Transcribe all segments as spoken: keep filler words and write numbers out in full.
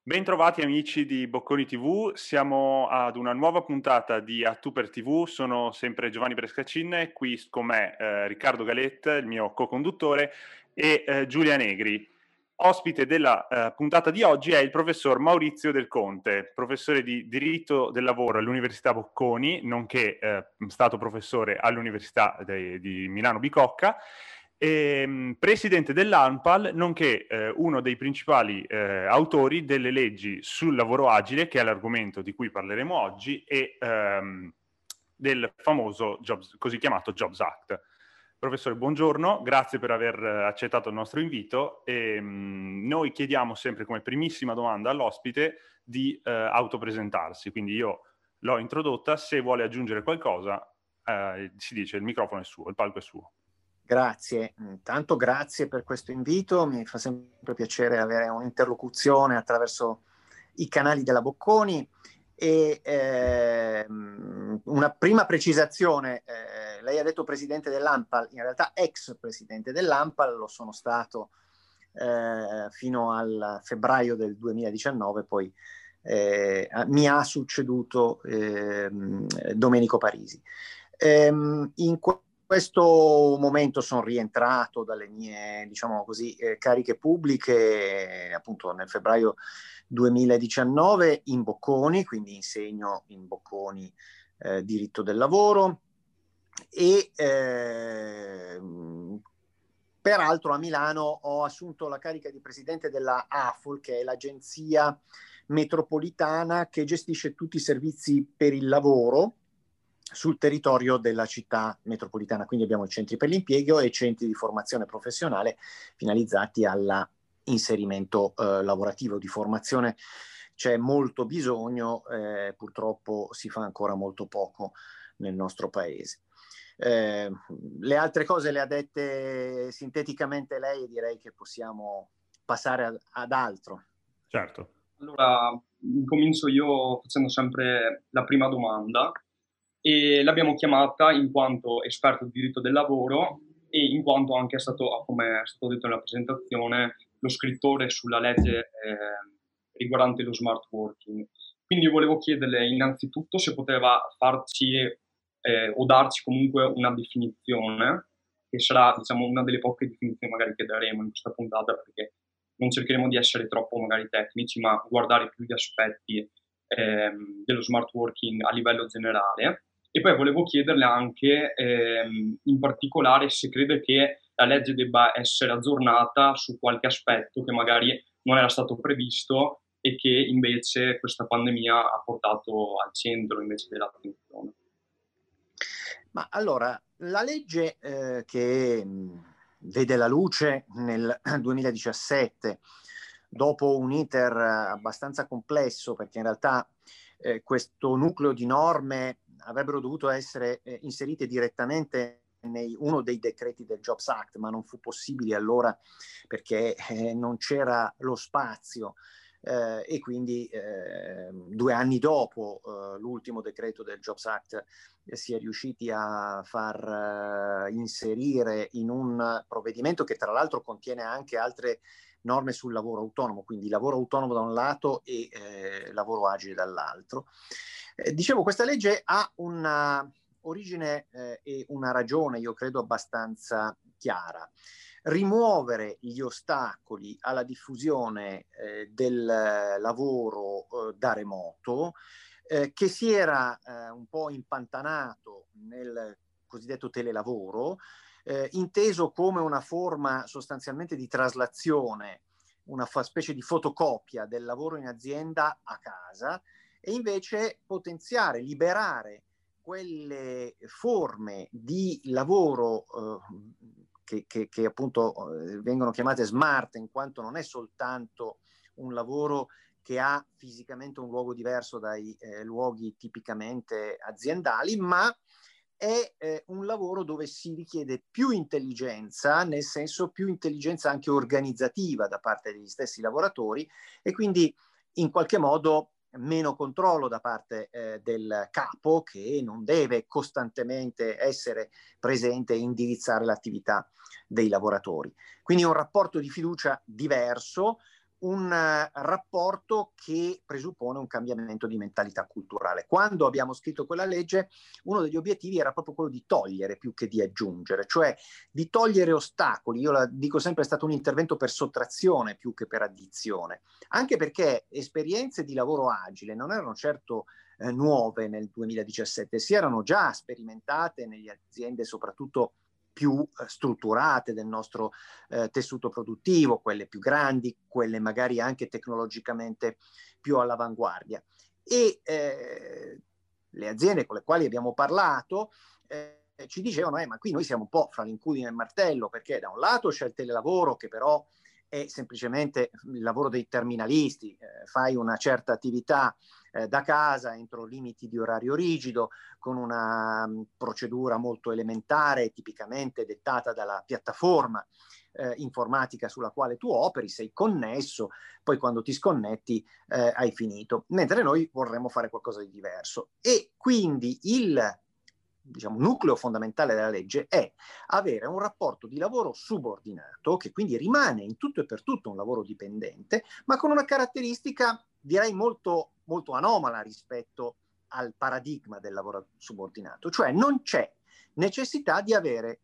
Bentrovati amici di Bocconi T V, siamo ad una nuova puntata di A Tu per T V, sono sempre Giovanni Brescacin, qui con me eh, Riccardo Galet, il mio co-conduttore, e eh, Giulia Negri. Ospite della eh, puntata di oggi è il professor Maurizio Del Conte, professore di diritto del lavoro all'Università Bocconi, nonché eh, stato professore all'Università de- di Milano Bicocca, e, presidente dell'ANPAL, nonché eh, uno dei principali eh, autori delle leggi sul lavoro agile, che è l'argomento di cui parleremo oggi, e ehm, del famoso Jobs, così chiamato Jobs Act. Professore, buongiorno, grazie per aver accettato il nostro invito. E, mh, noi chiediamo sempre come primissima domanda all'ospite di eh, autopresentarsi, quindi io l'ho introdotta, se vuole aggiungere qualcosa eh, si dice il microfono è suo, il palco è suo. Grazie, intanto grazie per questo invito, mi fa sempre piacere avere un'interlocuzione attraverso i canali della Bocconi e ehm, una prima precisazione, eh, lei ha detto presidente dell'ANPAL, in realtà ex presidente dell'ANPAL, lo sono stato eh, fino al febbraio del duemiladiciannove, poi eh, mi ha succeduto eh, Domenico Parisi. Ehm, in questo momento sono rientrato dalle mie, diciamo così, eh, cariche pubbliche, eh, appunto nel febbraio duemiladiciannove in Bocconi, quindi insegno in Bocconi eh, diritto del lavoro e eh, peraltro a Milano ho assunto la carica di presidente della A F O L, che è l'agenzia metropolitana che gestisce tutti i servizi per il lavoro sul territorio della città metropolitana. Quindi abbiamo i centri per l'impiego e i centri di formazione professionale finalizzati all'inserimento eh, lavorativo. Di formazione c'è molto bisogno, eh, purtroppo si fa ancora molto poco nel nostro paese. Eh, le altre cose le ha dette sinteticamente lei e direi che possiamo passare ad, ad altro. Certo. Allora, comincio io facendo sempre la prima domanda e l'abbiamo chiamata in quanto esperto di diritto del lavoro e in quanto anche è stato, come è stato detto nella presentazione, lo scrittore sulla legge eh, riguardante lo smart working. Quindi volevo chiederle innanzitutto se poteva farci eh, o darci comunque una definizione, che sarà, diciamo, una delle poche definizioni magari che daremo in questa puntata, perché non cercheremo di essere troppo magari tecnici, ma guardare più gli aspetti ehm, dello smart working a livello generale. E poi volevo chiederle anche ehm, in particolare se crede che la legge debba essere aggiornata su qualche aspetto che magari non era stato previsto e che invece questa pandemia ha portato al centro invece dell'attenzione. Ma allora, la legge eh, che mh, vede la luce nel duemiladiciassette, dopo un iter abbastanza complesso, perché in realtà eh, questo nucleo di norme avrebbero dovuto essere eh, inserite direttamente in uno dei decreti del Jobs Act, ma non fu possibile allora perché eh, non c'era lo spazio. Eh, e quindi eh, due anni dopo eh, l'ultimo decreto del Jobs Act eh, si è riusciti a far eh, inserire in un provvedimento che tra l'altro contiene anche altre norme sul lavoro autonomo, quindi lavoro autonomo da un lato e eh, lavoro agile dall'altro. Eh, dicevo, questa legge ha una origine eh, e una ragione, io credo, abbastanza chiara. Rimuovere gli ostacoli alla diffusione eh, del lavoro eh, da remoto, eh, che si era eh, un po' impantanato nel cosiddetto telelavoro, eh, inteso come una forma sostanzialmente di traslazione, una fa- specie di fotocopia del lavoro in azienda a casa, e invece potenziare, liberare quelle forme di lavoro eh, che, che, che appunto eh, vengono chiamate smart, in quanto non è soltanto un lavoro che ha fisicamente un luogo diverso dai eh, luoghi tipicamente aziendali, ma è eh, un lavoro dove si richiede più intelligenza, nel senso più intelligenza anche organizzativa da parte degli stessi lavoratori, e quindi in qualche modo meno controllo da parte eh, del capo, che non deve costantemente essere presente e indirizzare l'attività dei lavoratori. Quindi un rapporto di fiducia diverso, un uh, rapporto che presuppone un cambiamento di mentalità culturale. Quando abbiamo scritto quella legge, uno degli obiettivi era proprio quello di togliere più che di aggiungere, cioè di togliere ostacoli. Io la dico sempre, è stato un intervento per sottrazione più che per addizione, anche perché esperienze di lavoro agile non erano certo eh, nuove nel duemiladiciassette, si erano già sperimentate nelle aziende soprattutto più eh, strutturate del nostro eh, tessuto produttivo, quelle più grandi, quelle magari anche tecnologicamente più all'avanguardia. E eh, le aziende con le quali abbiamo parlato eh, ci dicevano, eh, ma qui noi siamo un po' fra l'incudine e il martello, perché da un lato c'è il telelavoro che però è semplicemente il lavoro dei terminalisti, eh, fai una certa attività eh, da casa entro limiti di orario rigido, con una mh, procedura molto elementare, tipicamente dettata dalla piattaforma eh, informatica sulla quale tu operi, sei connesso, poi quando ti sconnetti eh, hai finito, mentre noi vorremmo fare qualcosa di diverso. E quindi il diciamo, nucleo fondamentale della legge è avere un rapporto di lavoro subordinato, che quindi rimane in tutto e per tutto un lavoro dipendente, ma con una caratteristica direi molto, molto anomala rispetto al paradigma del lavoro subordinato, cioè non c'è necessità di avere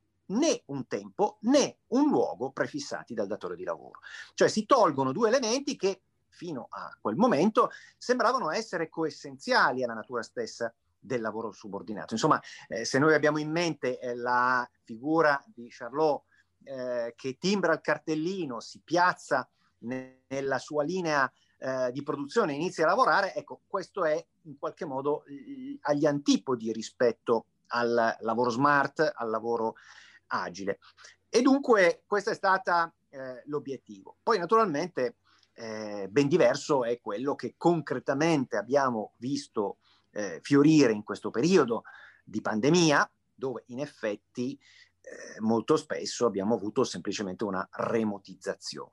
né un tempo né un luogo prefissati dal datore di lavoro. Cioè si tolgono due elementi che fino a quel momento sembravano essere coessenziali alla natura stessa del lavoro subordinato. Insomma, eh, se noi abbiamo in mente eh, la figura di Charlot eh, che timbra il cartellino, si piazza ne- nella sua linea eh, di produzione e inizia a lavorare, ecco, questo è in qualche modo eh, agli antipodi rispetto al lavoro smart, al lavoro agile. E dunque questo è stato eh, l'obiettivo. Poi naturalmente eh, ben diverso è quello che concretamente abbiamo visto eh, fiorire in questo periodo di pandemia, dove in effetti eh, molto spesso abbiamo avuto semplicemente una remotizzazione.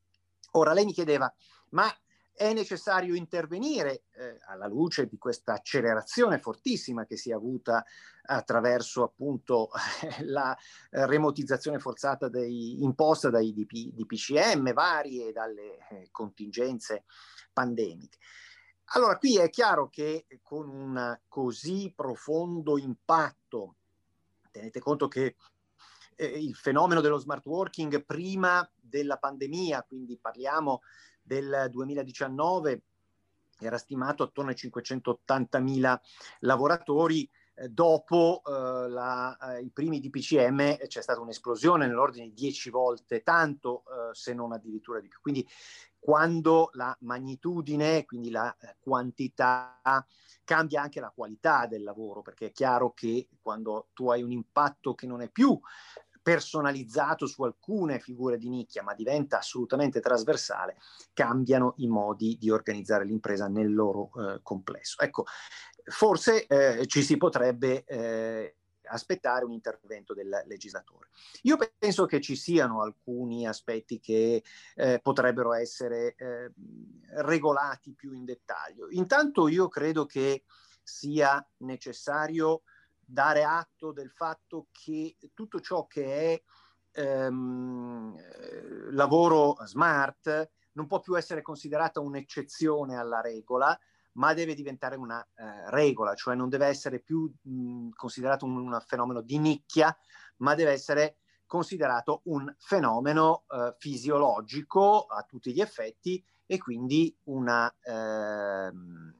Ora lei mi chiedeva, ma è necessario intervenire eh, alla luce di questa accelerazione fortissima che si è avuta attraverso appunto la remotizzazione forzata dei, imposta dai D P, D P C M vari e dalle eh, contingenze pandemiche. Allora qui è chiaro che con un così profondo impatto, tenete conto che eh, il fenomeno dello smart working prima della pandemia, quindi parliamo del duemiladiciannove, era stimato attorno ai cinquecentottantamila lavoratori. Eh, dopo eh, la, eh, i primi D P C M c'è stata un'esplosione nell'ordine di dieci volte tanto, eh, se non addirittura di più. Quindi quando la magnitudine, quindi la eh, quantità, cambia anche la qualità del lavoro, perché è chiaro che quando tu hai un impatto che non è più personalizzato su alcune figure di nicchia, ma diventa assolutamente trasversale, cambiano i modi di organizzare l'impresa nel loro eh, complesso. Ecco, forse eh, ci si potrebbe eh, aspettare un intervento del legislatore. Io penso che ci siano alcuni aspetti che eh, potrebbero essere eh, regolati più in dettaglio. Intanto io credo che sia necessario dare atto del fatto che tutto ciò che è ehm, lavoro smart non può più essere considerata un'eccezione alla regola, ma deve diventare una eh, regola, cioè non deve essere più mh, considerato un, un fenomeno di nicchia, ma deve essere considerato un fenomeno eh, fisiologico a tutti gli effetti e quindi una ehm,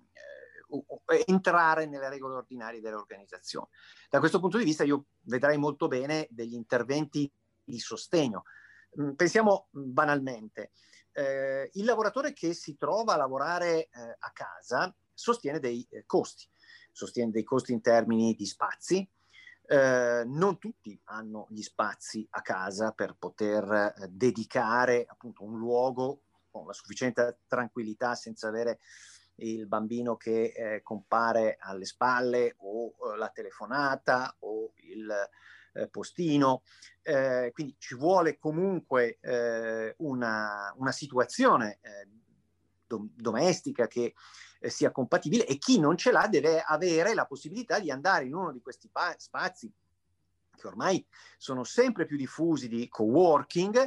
entrare nelle regole ordinarie dell'organizzazione. Da questo punto di vista io vedrei molto bene degli interventi di sostegno. Pensiamo banalmente, eh, il lavoratore che si trova a lavorare eh, a casa sostiene dei eh, costi, sostiene dei costi in termini di spazi. Eh, non tutti hanno gli spazi a casa per poter eh, dedicare appunto un luogo con la sufficiente tranquillità senza avere il bambino che eh, compare alle spalle o eh, la telefonata o il eh, postino. Eh, quindi ci vuole comunque eh, una, una situazione eh, dom- domestica che eh, sia compatibile, e chi non ce l'ha deve avere la possibilità di andare in uno di questi spazi che ormai sono sempre più diffusi di coworking,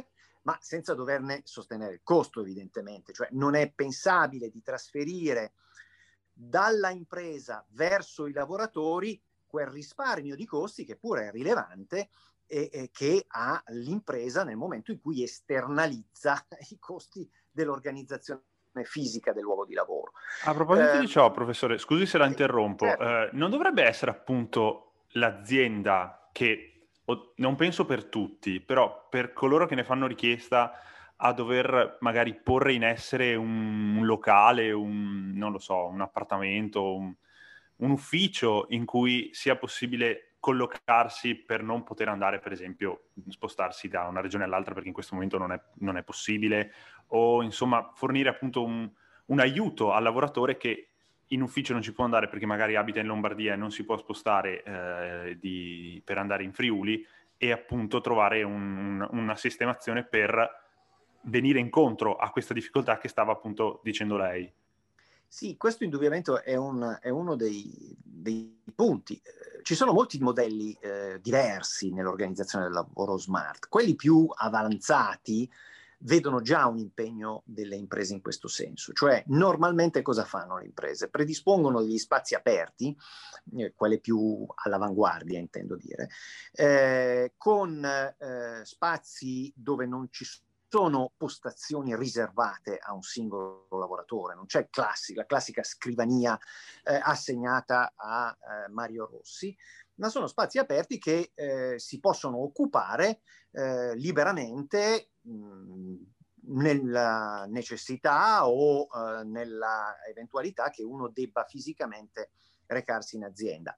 ma senza doverne sostenere il costo, evidentemente. Cioè non è pensabile di trasferire dalla impresa verso i lavoratori quel risparmio di costi che pure è rilevante e, e che ha l'impresa nel momento in cui esternalizza i costi dell'organizzazione fisica del luogo di lavoro. A proposito Eh, di ciò, professore, scusi se la interrompo, certo. eh, non dovrebbe essere appunto l'azienda che, o- non penso per tutti, però per coloro che ne fanno richiesta a dover magari porre in essere un, un locale, un, non lo so, un appartamento, un, un ufficio in cui sia possibile collocarsi per non poter andare, per esempio, spostarsi da una regione all'altra perché in questo momento non è, non è possibile, o insomma fornire appunto un, un aiuto al lavoratore che in ufficio non ci può andare perché magari abita in Lombardia e non si può spostare eh, di, per andare in Friuli, e appunto trovare un, un, una sistemazione per venire incontro a questa difficoltà che stava appunto dicendo lei. Sì, questo indubbiamente è, un, è uno dei, dei punti. Eh, Ci sono molti modelli eh, diversi nell'organizzazione del lavoro smart. Quelli più avanzati vedono già un impegno delle imprese in questo senso. Cioè, normalmente cosa fanno le imprese? Predispongono degli spazi aperti, eh, quelle più all'avanguardia, intendo dire, eh, con eh, spazi dove non ci sono sono postazioni riservate a un singolo lavoratore, non c'è classi, la classica scrivania eh, assegnata a eh, Mario Rossi, ma sono spazi aperti che eh, si possono occupare eh, liberamente mh, nella necessità o eh, nella eventualità che uno debba fisicamente recarsi in azienda.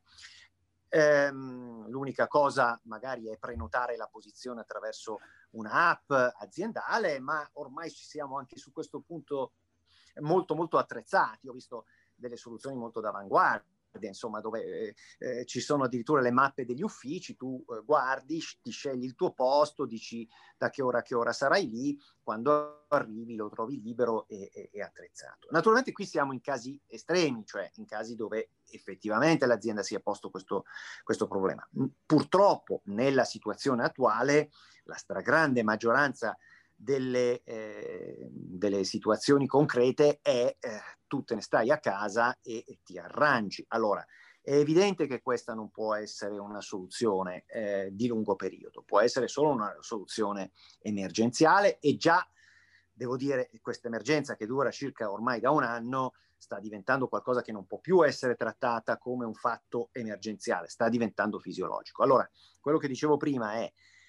Ehm, l'unica cosa magari è prenotare la posizione attraverso un'app aziendale, ma ormai ci siamo anche su questo punto molto molto attrezzati. Ho visto delle soluzioni molto d'avanguardia, insomma, dove eh, eh, ci sono addirittura le mappe degli uffici, tu eh, guardi, ti scegli il tuo posto, dici da che ora a che ora sarai lì, quando arrivi lo trovi libero e, e, e attrezzato. Naturalmente qui siamo in casi estremi, cioè in casi dove effettivamente l'azienda si è posto questo, questo problema. Purtroppo nella situazione attuale la stragrande maggioranza delle, eh, delle situazioni concrete è eh, tu te ne stai a casa e, e ti arrangi. Allora, è evidente che questa non può essere una soluzione eh, di lungo periodo, può essere solo una soluzione emergenziale e già, devo dire, questa emergenza che dura circa ormai da un anno sta diventando qualcosa che non può più essere trattata come un fatto emergenziale, sta diventando fisiologico. Allora, quello che dicevo prima è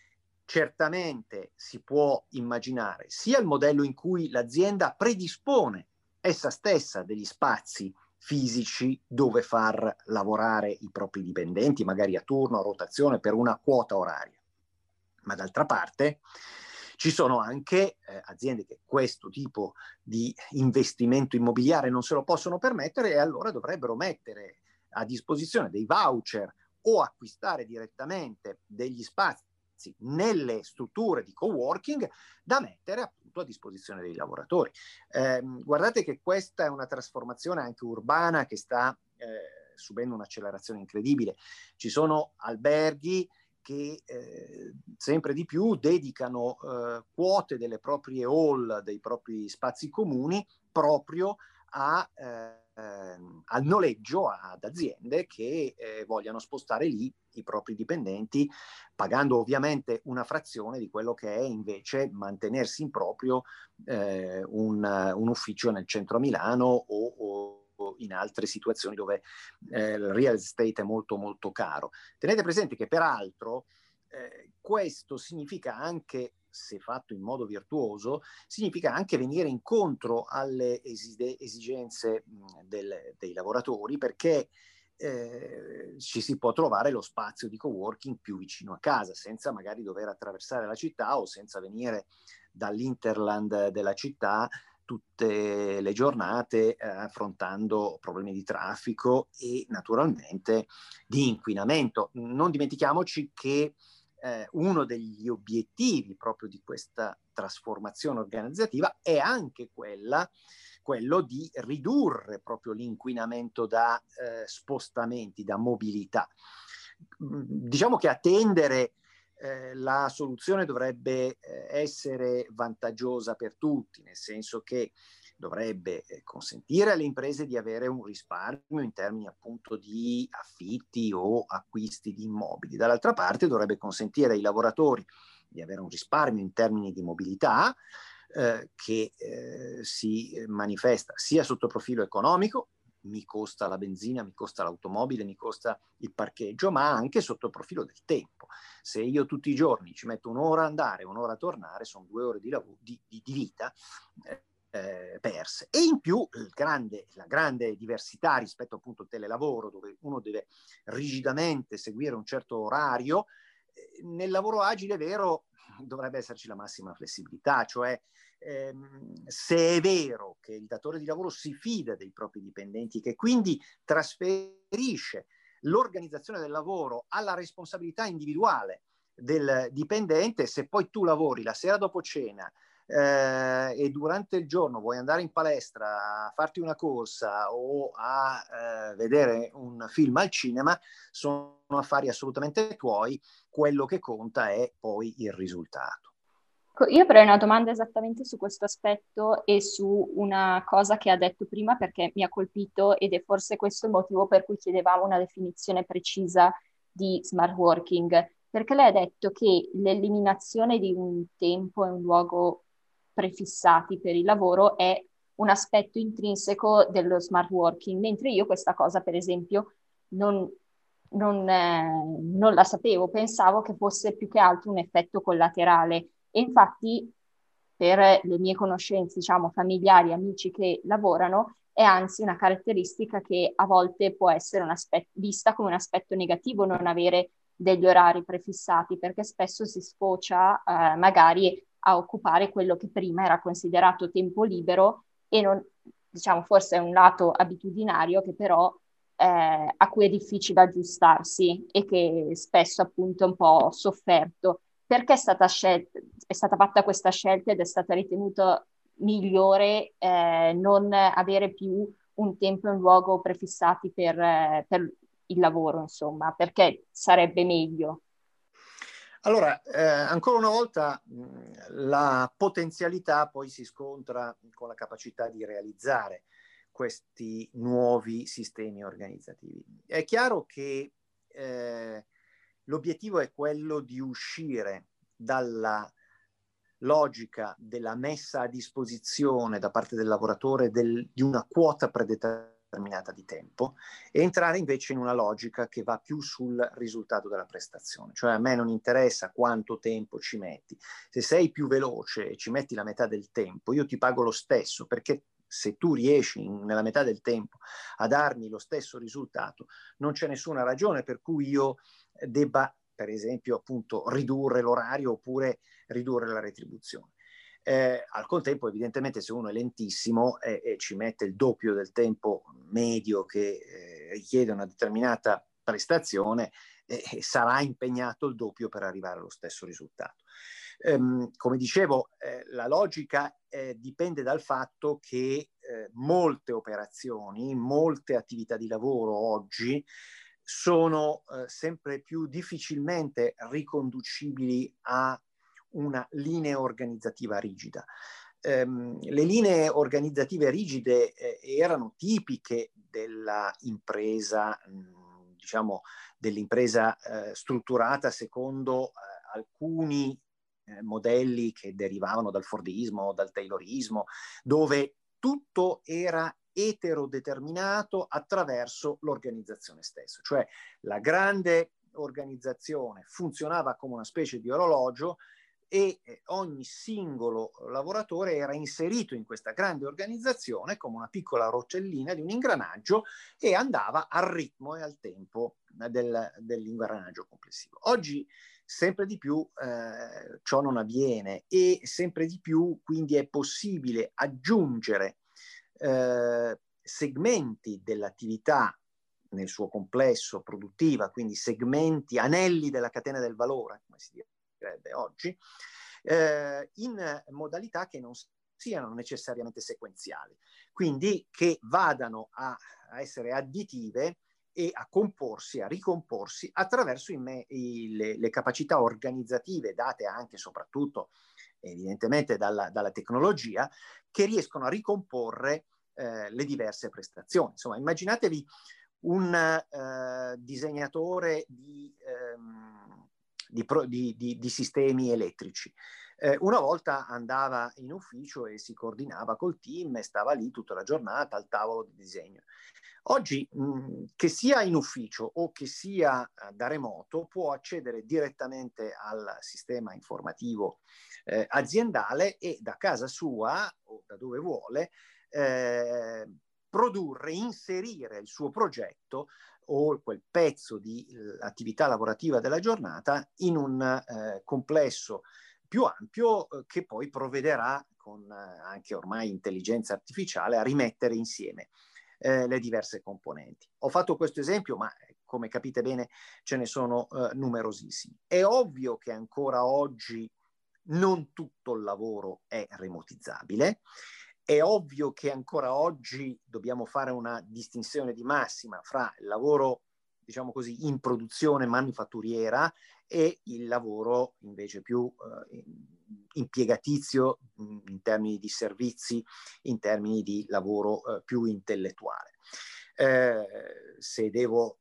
certamente si può immaginare sia il modello in cui l'azienda predispone essa stessa degli spazi fisici dove far lavorare i propri dipendenti, magari a turno, a rotazione, per una quota oraria. Ma d'altra parte ci sono anche eh, aziende che questo tipo di investimento immobiliare non se lo possono permettere e allora dovrebbero mettere a disposizione dei voucher o acquistare direttamente degli spazi nelle strutture di coworking da mettere appunto a disposizione dei lavoratori. Eh, guardate che questa è una trasformazione anche urbana che sta eh, subendo un'accelerazione incredibile. Ci sono alberghi che eh, sempre di più dedicano eh, quote delle proprie hall, dei propri spazi comuni proprio a eh, Ehm, al noleggio ad aziende che eh, vogliano spostare lì i propri dipendenti, pagando ovviamente una frazione di quello che è invece mantenersi in proprio eh, un, un ufficio nel centro a Milano o, o, o in altre situazioni dove eh, il real estate è molto molto caro. Tenete presente che peraltro eh, questo significa anche, se fatto in modo virtuoso, significa anche venire incontro alle esige- esigenze mh, del, dei lavoratori, perché eh, ci si può trovare lo spazio di coworking più vicino a casa, senza magari dover attraversare la città o senza venire dall'interland della città tutte le giornate eh, affrontando problemi di traffico e naturalmente di inquinamento. Non dimentichiamoci che eh, uno degli obiettivi proprio di questa trasformazione organizzativa è anche quella, quello di ridurre proprio l'inquinamento da eh, spostamenti, da mobilità. Diciamo che attendere eh, la soluzione dovrebbe eh, essere vantaggiosa per tutti, nel senso che dovrebbe eh, consentire alle imprese di avere un risparmio in termini appunto di affitti o acquisti di immobili. Dall'altra parte dovrebbe consentire ai lavoratori di avere un risparmio in termini di mobilità eh, che eh, si manifesta sia sotto profilo economico, mi costa la benzina, mi costa l'automobile, mi costa il parcheggio, ma anche sotto il profilo del tempo. Se io tutti i giorni ci metto un'ora a andare, un'ora a tornare, sono due ore di, lavoro, di, di, di vita eh, eh, perse. E in più il grande, la grande diversità rispetto appunto al telelavoro, dove uno deve rigidamente seguire un certo orario, eh, nel lavoro agile è vero, dovrebbe esserci la massima flessibilità, cioè ehm, se è vero che il datore di lavoro si fida dei propri dipendenti, che quindi trasferisce l'organizzazione del lavoro alla responsabilità individuale del dipendente, se poi tu lavori la sera dopo cena eh, e durante il giorno vuoi andare in palestra a farti una corsa o a eh, vedere un film al cinema, sono affari assolutamente tuoi, quello che conta è poi il risultato. Io avrei una domanda esattamente su questo aspetto e su una cosa che ha detto prima, perché mi ha colpito ed è forse questo il motivo per cui chiedevamo una definizione precisa di smart working, perché lei ha detto che l'eliminazione di un tempo e un luogo prefissati per il lavoro è un aspetto intrinseco dello smart working, mentre io questa cosa, per esempio, non, non, eh, non la sapevo, pensavo che fosse più che altro un effetto collaterale. E infatti per le mie conoscenze, diciamo, familiari, amici che lavorano, è anzi una caratteristica che a volte può essere un aspetto, vista come un aspetto negativo non avere degli orari prefissati, perché spesso si sfocia eh, magari a occupare quello che prima era considerato tempo libero e non, diciamo, forse è un lato abitudinario che però eh, a cui è difficile aggiustarsi e che spesso appunto è un po' sofferto. Perché è stata scelta, è stata fatta questa scelta ed è stata ritenuta migliore eh, non avere più un tempo e un luogo prefissati per, eh, per il lavoro, insomma, perché sarebbe meglio? Allora, eh, ancora una volta mh, la potenzialità poi si scontra con la capacità di realizzare questi nuovi sistemi organizzativi. È chiaro che eh, l'obiettivo è quello di uscire dalla logica della messa a disposizione da parte del lavoratore del, di una quota predeterminata di tempo e entrare invece in una logica che va più sul risultato della prestazione. Cioè a me non interessa quanto tempo ci metti, se sei più veloce e ci metti la metà del tempo, io ti pago lo stesso, perché se tu riesci in, nella metà del tempo a darmi lo stesso risultato, non c'è nessuna ragione per cui io debba, per esempio, appunto ridurre l'orario oppure ridurre la retribuzione. Eh, al contempo, evidentemente, se uno è lentissimo e, e ci mette il doppio del tempo medio che eh, richiede una determinata prestazione, eh, sarà impegnato il doppio per arrivare allo stesso risultato. Um, come dicevo, eh, la logica eh, dipende dal fatto che eh, molte operazioni, molte attività di lavoro oggi sono eh, sempre più difficilmente riconducibili a una linea organizzativa rigida. Um, le linee organizzative rigide eh, erano tipiche della impresa, mh, diciamo, dell'impresa eh, strutturata secondo eh, alcuni Eh, modelli che derivavano dal Fordismo, dal Taylorismo, dove tutto era eterodeterminato attraverso l'organizzazione stessa. Cioè la grande organizzazione funzionava come una specie di orologio e eh, ogni singolo lavoratore era inserito in questa grande organizzazione come una piccola rotellina di un ingranaggio e andava al ritmo e al tempo del, dell'ingranaggio complessivo. Oggi sempre di più eh, ciò non avviene e sempre di più quindi è possibile aggiungere eh, segmenti dell'attività nel suo complesso produttiva, quindi segmenti, anelli della catena del valore, come si direbbe oggi, eh, in modalità che non siano necessariamente sequenziali, quindi che vadano a, a essere additive e a comporsi, a ricomporsi attraverso i me- i, le, le capacità organizzative date anche e soprattutto evidentemente dalla, dalla tecnologia, che riescono a ricomporre eh, le diverse prestazioni. Insomma, immaginatevi un eh, disegnatore di, ehm, di, pro, di, di, di sistemi elettrici. Eh, una volta andava in ufficio e si coordinava col team e stava lì tutta la giornata al tavolo di disegno. Oggi, mh, che sia in ufficio o che sia eh, da remoto, può accedere direttamente al sistema informativo eh, aziendale e da casa sua o da dove vuole eh, produrre, inserire il suo progetto o quel pezzo di eh, attività lavorativa della giornata in un eh, complesso più ampio eh, che poi provvederà con eh, anche ormai intelligenza artificiale a rimettere insieme eh, le diverse componenti. Ho fatto questo esempio, ma come capite bene ce ne sono eh, numerosissimi. È ovvio che ancora oggi non tutto il lavoro è remotizzabile. È ovvio che ancora oggi dobbiamo fare una distinzione di massima fra il lavoro, diciamo così, in produzione manufatturiera e il lavoro invece più eh, impiegatizio mh, in termini di servizi, in termini di lavoro eh, più intellettuale. Eh, se devo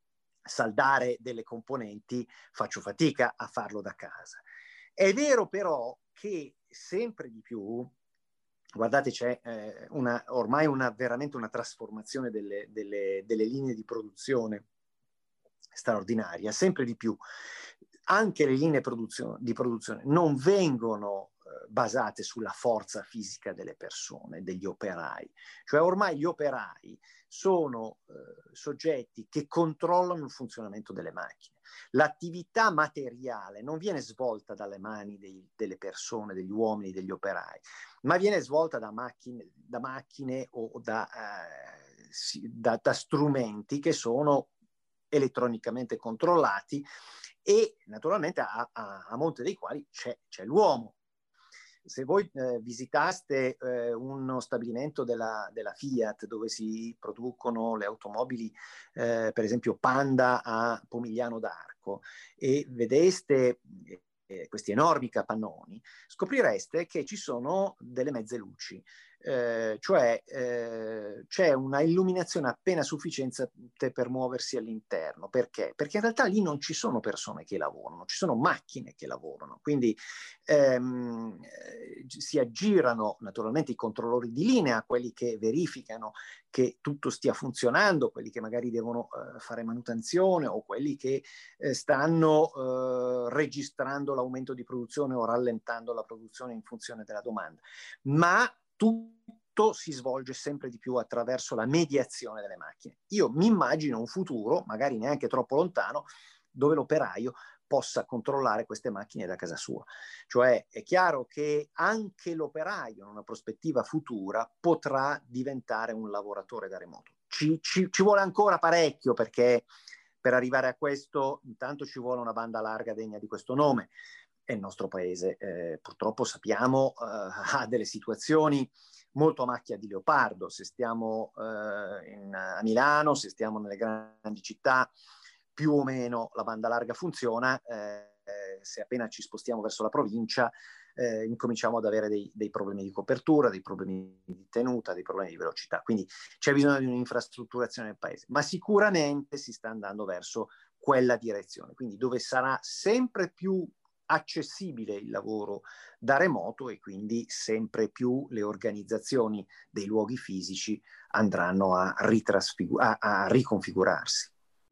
saldare delle componenti faccio fatica a farlo da casa. È vero però che sempre di più, guardate, c'è eh, una, ormai una, veramente una trasformazione delle, delle, delle linee di produzione straordinaria, sempre di più. Anche le linee produzione, di produzione non vengono eh, basate sulla forza fisica delle persone, degli operai. Cioè ormai gli operai sono eh, soggetti che controllano il funzionamento delle macchine. L'attività materiale non viene svolta dalle mani dei, delle persone, degli uomini, degli operai, ma viene svolta da macchine, da macchine o da, eh, si, da, da strumenti che sono elettronicamente controllati e naturalmente a, a, a monte dei quali c'è, c'è l'uomo. Se voi eh, visitaste eh, uno stabilimento della, della Fiat dove si producono le automobili, eh, per esempio Panda a Pomigliano d'Arco, e vedeste eh, questi enormi capannoni, scoprireste che ci sono delle mezze luci. Eh, cioè eh, c'è una illuminazione appena sufficiente per muoversi all'interno. Perché? Perché in realtà lì non ci sono persone che lavorano, ci sono macchine che lavorano, quindi ehm, si aggirano naturalmente i controllori di linea, quelli che verificano che tutto stia funzionando, quelli che magari devono eh, fare manutenzione o quelli che eh, stanno eh, registrando l'aumento di produzione o rallentando la produzione in funzione della domanda. Ma tutto si svolge sempre di più attraverso la mediazione delle macchine. Io mi immagino un futuro, magari neanche troppo lontano, dove l'operaio possa controllare queste macchine da casa sua. Cioè è chiaro che anche l'operaio in una prospettiva futura potrà diventare un lavoratore da remoto. Ci, ci, ci vuole ancora parecchio, perché per arrivare a questo intanto ci vuole una banda larga degna di questo nome. E il nostro paese eh, purtroppo sappiamo eh, ha delle situazioni molto a macchia di leopardo. Se stiamo eh, in, a Milano, se stiamo nelle grandi città, più o meno la banda larga funziona. Eh, se appena ci spostiamo verso la provincia eh, incominciamo ad avere dei, dei problemi di copertura, dei problemi di tenuta, dei problemi di velocità. Quindi c'è bisogno di un'infrastrutturazione del paese, ma sicuramente si sta andando verso quella direzione, quindi dove sarà sempre più accessibile il lavoro da remoto e quindi sempre più le organizzazioni dei luoghi fisici andranno a, ritrasfigu- a, a riconfigurarsi.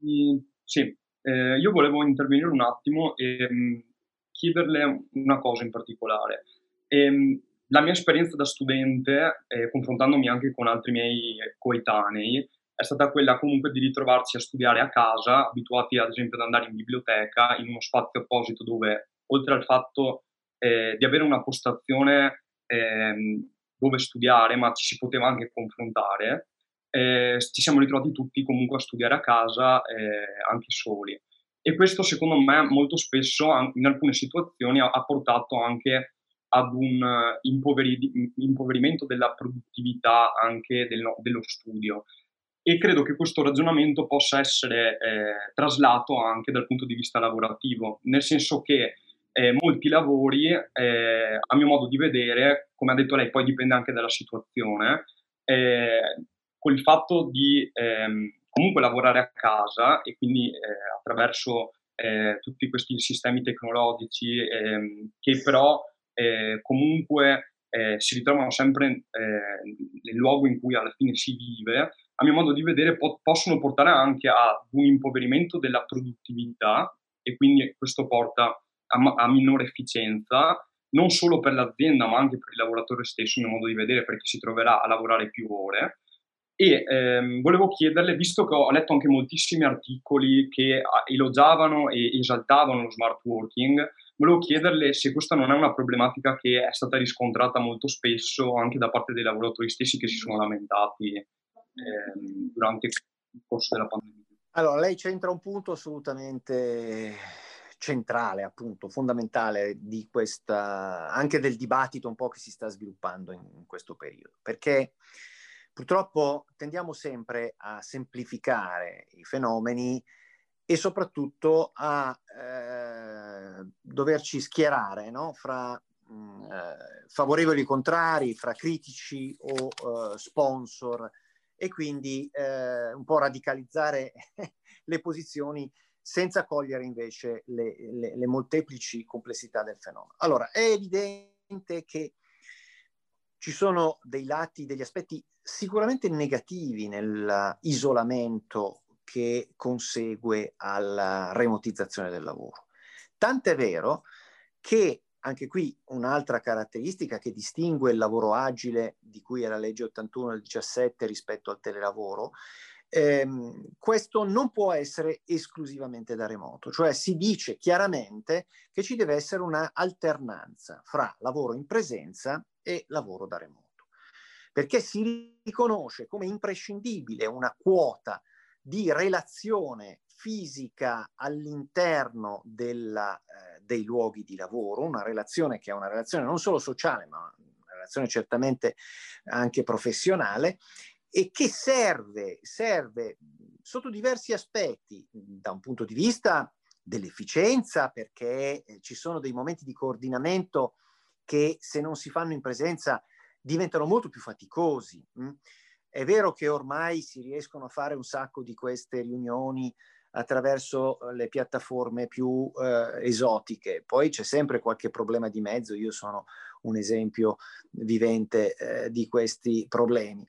Sì, eh, io volevo intervenire un attimo e mh, chiederle una cosa in particolare. E, mh, la mia esperienza da studente, eh, confrontandomi anche con altri miei coetanei, è stata quella comunque di ritrovarsi a studiare a casa, abituati ad esempio ad andare in biblioteca, in uno spazio apposito dove, oltre al fatto eh, di avere una postazione eh, dove studiare, ma ci si poteva anche confrontare, eh, ci siamo ritrovati tutti comunque a studiare a casa, eh, anche soli. E questo secondo me molto spesso, in alcune situazioni, ha, ha portato anche ad un impoveri- impoverimento della produttività anche del, dello studio. e credo che questo ragionamento possa essere eh, traslato anche dal punto di vista lavorativo, nel senso che eh, molti lavori, eh, a mio modo di vedere, come ha detto lei, poi dipende anche dalla situazione, eh, col fatto di ehm, comunque lavorare a casa e quindi eh, attraverso eh, tutti questi sistemi tecnologici ehm, che però eh, comunque eh, si ritrovano sempre eh, nel luogo in cui alla fine si vive, a mio modo di vedere po- possono portare anche a un impoverimento della produttività e quindi questo porta a, ma- a minore efficienza, non solo per l'azienda ma anche per il lavoratore stesso, a mio modo di vedere, perché si troverà a lavorare più ore. E ehm, volevo chiederle, visto che ho letto anche moltissimi articoli che ah, elogiavano e esaltavano lo smart working, volevo chiederle se questa non è una problematica che è stata riscontrata molto spesso anche da parte dei lavoratori stessi che si sono lamentati ehm, durante il corso della pandemia. Allora, lei centra un punto assolutamente centrale, appunto, fondamentale di questa, anche del dibattito un po' che si sta sviluppando in, in questo periodo, perché purtroppo tendiamo sempre a semplificare i fenomeni e soprattutto a eh, doverci schierare, no? Fra mh, eh, favorevoli e contrari, fra critici o eh, sponsor, e quindi eh, un po' radicalizzare le posizioni senza cogliere invece le, le, le molteplici complessità del fenomeno. Allora, è evidente che ci sono dei lati, degli aspetti sicuramente negativi nell'isolamento che consegue alla remotizzazione del lavoro. Tant'è vero che anche qui un'altra caratteristica che distingue il lavoro agile, di cui è la legge ottantuno del diciassette rispetto al telelavoro, ehm, questo non può essere esclusivamente da remoto, cioè si dice chiaramente che ci deve essere una alternanza fra lavoro in presenza e lavoro da remoto, perché si riconosce come imprescindibile una quota di relazione fisica all'interno della, eh, dei luoghi di lavoro, una relazione che è una relazione non solo sociale, ma una relazione certamente anche professionale, e che serve, serve sotto diversi aspetti, da un punto di vista dell'efficienza, perché ci sono dei momenti di coordinamento che se non si fanno in presenza diventano molto più faticosi. È vero che ormai si riescono a fare un sacco di queste riunioni attraverso le piattaforme più eh, esotiche, poi c'è sempre qualche problema di mezzo, io sono un esempio vivente eh, di questi problemi,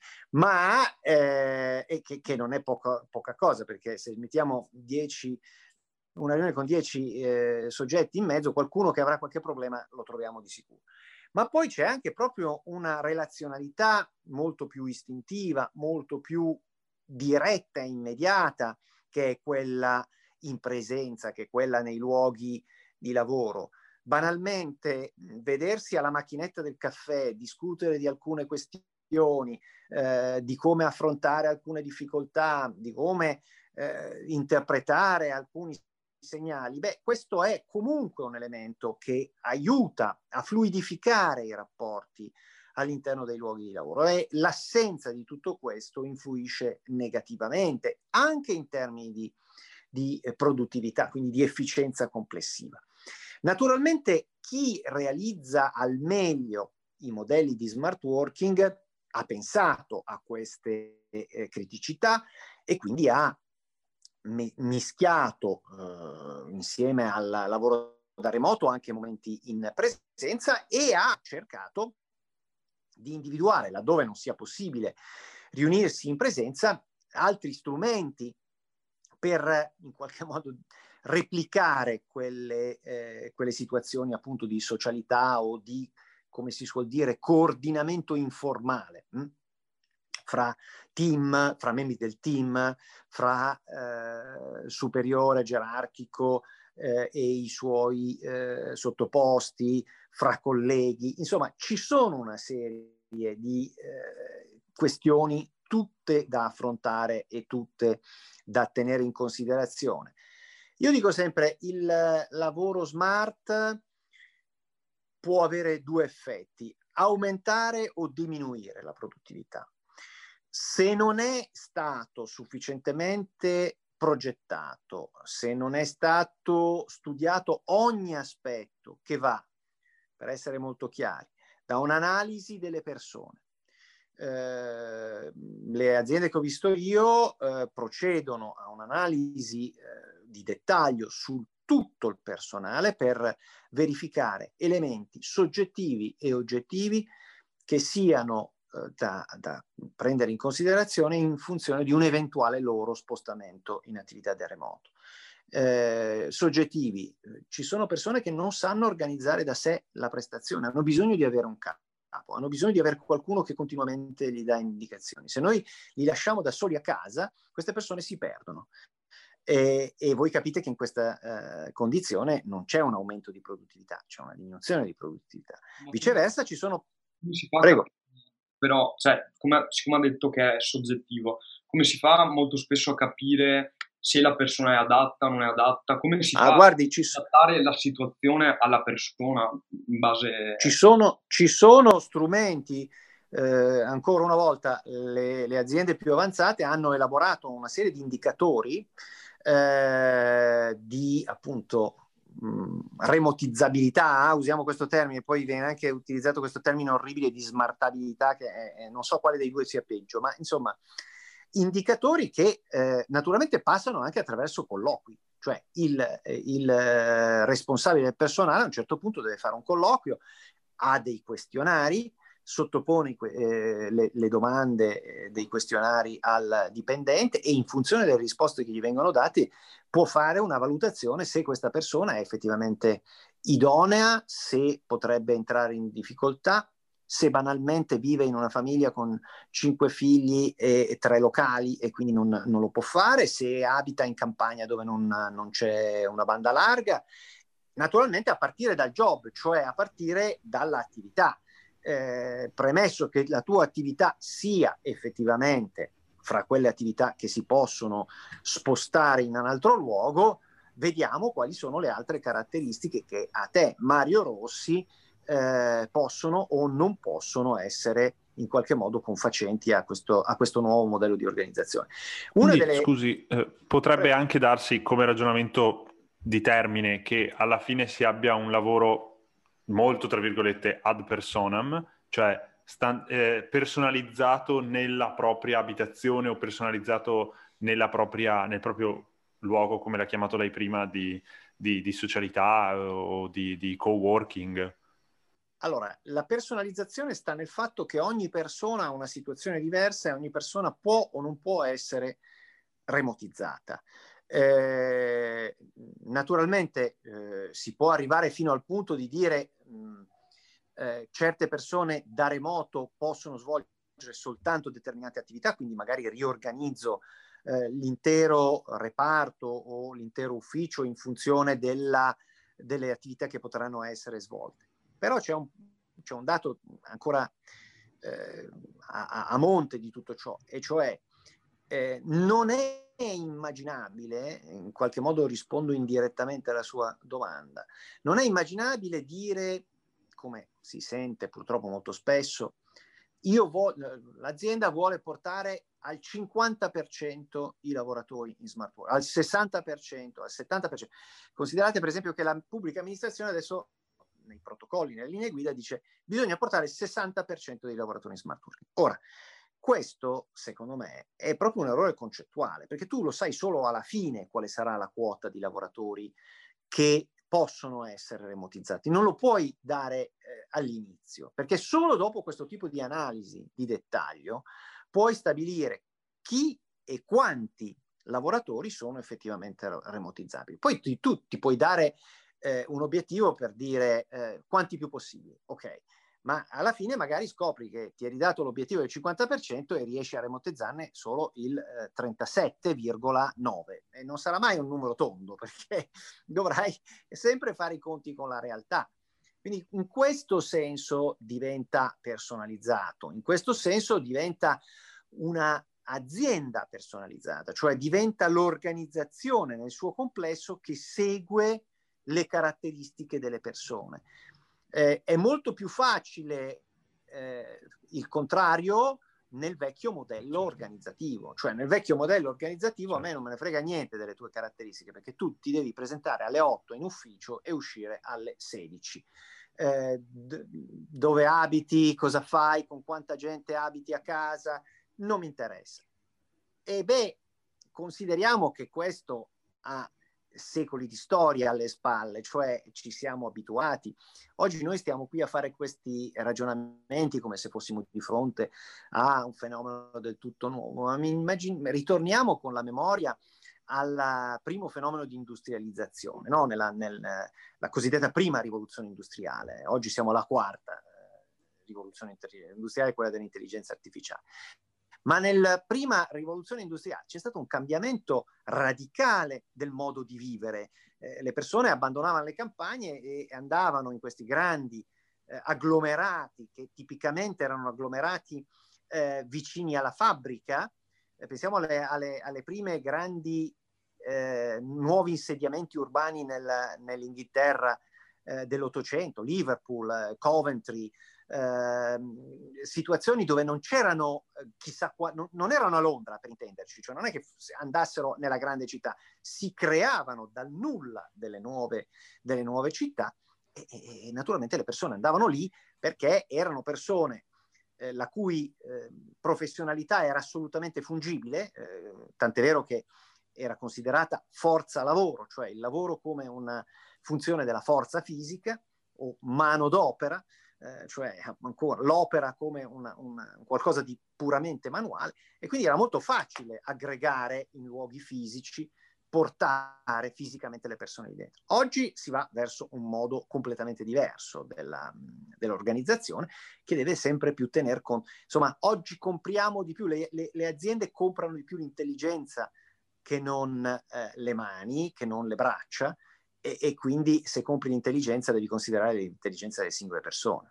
ma eh, e che, che non è poca, poca cosa, perché se mettiamo dieci, una riunione con dieci eh, soggetti in mezzo, qualcuno che avrà qualche problema lo troviamo di sicuro. Ma poi c'è anche proprio una relazionalità molto più istintiva, molto più diretta e immediata, che è quella in presenza, che è quella nei luoghi di lavoro. Banalmente, vedersi alla macchinetta del caffè, discutere di alcune questioni, eh, di come affrontare alcune difficoltà, di come eh, interpretare alcuni segnali, beh, questo è comunque un elemento che aiuta a fluidificare i rapporti all'interno dei luoghi di lavoro, e l'assenza di tutto questo influisce negativamente anche in termini di, di produttività, quindi di efficienza complessiva. Naturalmente chi realizza al meglio i modelli di smart working ha pensato a queste eh, criticità e quindi ha mischiato eh, insieme al lavoro da remoto anche momenti in presenza e ha cercato di individuare, laddove non sia possibile riunirsi in presenza, altri strumenti per in qualche modo replicare quelle, eh, quelle situazioni appunto di socialità o di, come si suol dire, coordinamento informale. Hm? Fra team, fra membri del team, fra eh, superiore gerarchico eh, e i suoi eh, sottoposti, fra colleghi. Insomma, ci sono una serie di eh, questioni tutte da affrontare e tutte da tenere in considerazione. Io dico sempre, il lavoro smart può avere due effetti: aumentare o diminuire la produttività. se non è stato sufficientemente progettato, se non è stato studiato ogni aspetto che va, per essere molto chiari, da un'analisi delle persone. Eh, le aziende che ho visto io eh, procedono a un'analisi eh, di dettaglio su tutto il personale per verificare elementi soggettivi e oggettivi che siano eh, da, da prendere in considerazione in funzione di un eventuale loro spostamento in attività da remoto. Eh, soggettivi, ci sono persone che non sanno organizzare da sé la prestazione, hanno bisogno di avere un capo, hanno bisogno di avere qualcuno che continuamente gli dà indicazioni. Se noi li lasciamo da soli a casa, queste persone si perdono. E, e voi capite che in questa eh, condizione non c'è un aumento di produttività, c'è una diminuzione di produttività. Viceversa ci sono... Come si fa? Prego. Però, cioè, come, siccome ha detto che è soggettivo, come si fa molto spesso a capire se la persona è adatta o non è adatta? Come si ah, fa guardi, ci a adattare la situazione alla persona in base... Ci sono, ci sono strumenti, eh, ancora una volta, le, le aziende più avanzate hanno elaborato una serie di indicatori eh, di appunto mh, remotizzabilità, usiamo questo termine, poi viene anche utilizzato questo termine orribile di smartabilità, che è, è, non so quale dei due sia peggio, ma insomma indicatori che eh, naturalmente passano anche attraverso colloqui, cioè il, il eh, responsabile del personale a un certo punto deve fare un colloquio, ha dei questionari, sottopone eh, le, le domande eh, dei questionari al dipendente e in funzione delle risposte che gli vengono date può fare una valutazione se questa persona è effettivamente idonea, se potrebbe entrare in difficoltà, se banalmente vive in una famiglia con cinque figli e, e tre locali e quindi non, non lo può fare, se abita in campagna dove non, non c'è una banda larga, naturalmente a partire dal job, cioè a partire dall'attività. Eh, premesso che la tua attività sia effettivamente fra quelle attività che si possono spostare in un altro luogo, vediamo quali sono le altre caratteristiche che a te, Mario Rossi, Eh, possono o non possono essere in qualche modo confacenti a questo, a questo nuovo modello di organizzazione. Una Quindi, delle... scusi, eh, potrebbe Prego. anche darsi come ragionamento di termine che alla fine si abbia un lavoro molto, tra virgolette, ad personam, cioè sta- eh, personalizzato nella propria abitazione o personalizzato nella propria, nel proprio luogo, come l'ha chiamato lei prima, di, di, di socialità o di, di co-working. Allora, la personalizzazione sta nel fatto che ogni persona ha una situazione diversa e ogni persona può o non può essere remotizzata. Eh, naturalmente eh, si può arrivare fino al punto di dire mh, eh, certe persone da remoto possono svolgere soltanto determinate attività, quindi magari riorganizzo eh, l'intero reparto o l'intero ufficio in funzione della, delle attività che potranno essere svolte. Però c'è un, c'è un dato ancora eh, a, a monte di tutto ciò, e cioè eh, non è immaginabile, in qualche modo rispondo indirettamente alla sua domanda, non è immaginabile dire, come si sente purtroppo molto spesso, io vo- l'azienda vuole portare al cinquanta per cento i lavoratori in smart work, al sessanta per cento, al settanta per cento. Considerate per esempio che la pubblica amministrazione adesso nei protocolli, nelle linee guida dice bisogna portare il sessanta per cento dei lavoratori in smart working. Ora, questo secondo me è proprio un errore concettuale, perché tu lo sai solo alla fine quale sarà la quota di lavoratori che possono essere remotizzati, non lo puoi dare eh, all'inizio, perché solo dopo questo tipo di analisi di dettaglio puoi stabilire chi e quanti lavoratori sono effettivamente remotizzabili. Poi tu, tu ti puoi dare eh, un obiettivo per dire eh, quanti più possibili, ok, ma alla fine magari scopri che ti eri dato l'obiettivo del cinquanta per cento e riesci a remotizzarne solo il eh, trentasette virgola nove e non sarà mai un numero tondo perché dovrai sempre fare i conti con la realtà. Quindi in questo senso diventa personalizzato, in questo senso diventa una azienda personalizzata, cioè diventa l'organizzazione nel suo complesso che segue le caratteristiche delle persone. Eh, è molto più facile eh, il contrario, nel vecchio modello organizzativo. Cioè nel vecchio modello organizzativo a me non me ne frega niente delle tue caratteristiche, perché tu ti devi presentare alle otto in ufficio e uscire alle sedici. Eh, d- dove abiti, cosa fai, con quanta gente abiti a casa, non mi interessa. E beh, consideriamo che questo ha secoli di storia alle spalle, cioè ci siamo abituati. Oggi noi stiamo qui a fare questi ragionamenti come se fossimo di fronte a un fenomeno del tutto nuovo, ma mi immagino, ritorniamo con la memoria al primo fenomeno di industrializzazione, no? Nella, nel, la cosiddetta prima rivoluzione industriale. Oggi siamo alla quarta eh, rivoluzione industriale, quella dell'intelligenza artificiale. Ma nella prima rivoluzione industriale c'è stato un cambiamento radicale del modo di vivere. Eh, le persone abbandonavano le campagne e andavano in questi grandi eh, agglomerati, che tipicamente erano agglomerati eh, vicini alla fabbrica. Eh, pensiamo alle, alle, alle prime grandi eh, nuovi insediamenti urbani nel, nell'Inghilterra eh, dell'Ottocento, Liverpool, eh, Coventry, eh, situazioni dove non c'erano eh, chissà qua, non, non erano a Londra, per intenderci, cioè non è che andassero nella grande città, si creavano dal nulla delle nuove, delle nuove città e, e, e naturalmente le persone andavano lì perché erano persone eh, la cui eh, professionalità era assolutamente fungibile, eh, tant'è vero che era considerata forza lavoro, cioè il lavoro come una funzione della forza fisica o manodopera, eh, cioè ancora l'opera come una, una, qualcosa di puramente manuale, e quindi era molto facile aggregare in luoghi fisici, portare fisicamente le persone lì dentro. Oggi si va verso un modo completamente diverso della, dell'organizzazione, che deve sempre più tener conto. Insomma, oggi compriamo di più, le, le, le aziende comprano di più l'intelligenza che non eh, le mani, che non le braccia, e, e quindi se compri l'intelligenza devi considerare l'intelligenza delle singole persone.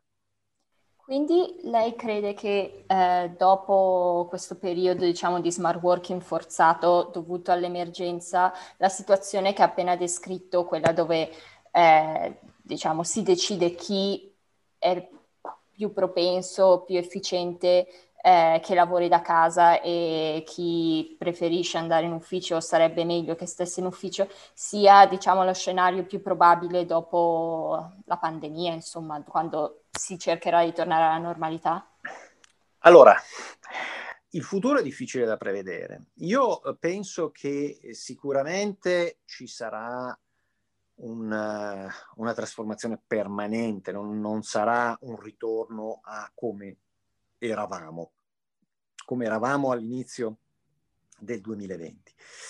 Quindi lei crede che eh, dopo questo periodo, diciamo, di smart working forzato dovuto all'emergenza, la situazione che ha appena descritto, quella dove eh, diciamo, si decide chi è più propenso, più efficiente, eh, che lavori da casa e chi preferisce andare in ufficio, sarebbe meglio che stesse in ufficio, sia, diciamo, lo scenario più probabile dopo la pandemia, insomma, quando si cercherà di tornare alla normalità? Allora, il futuro è difficile da prevedere. Io penso che sicuramente ci sarà un, una trasformazione permanente, non, non sarà un ritorno a come eravamo, come eravamo all'inizio del duemilaventi.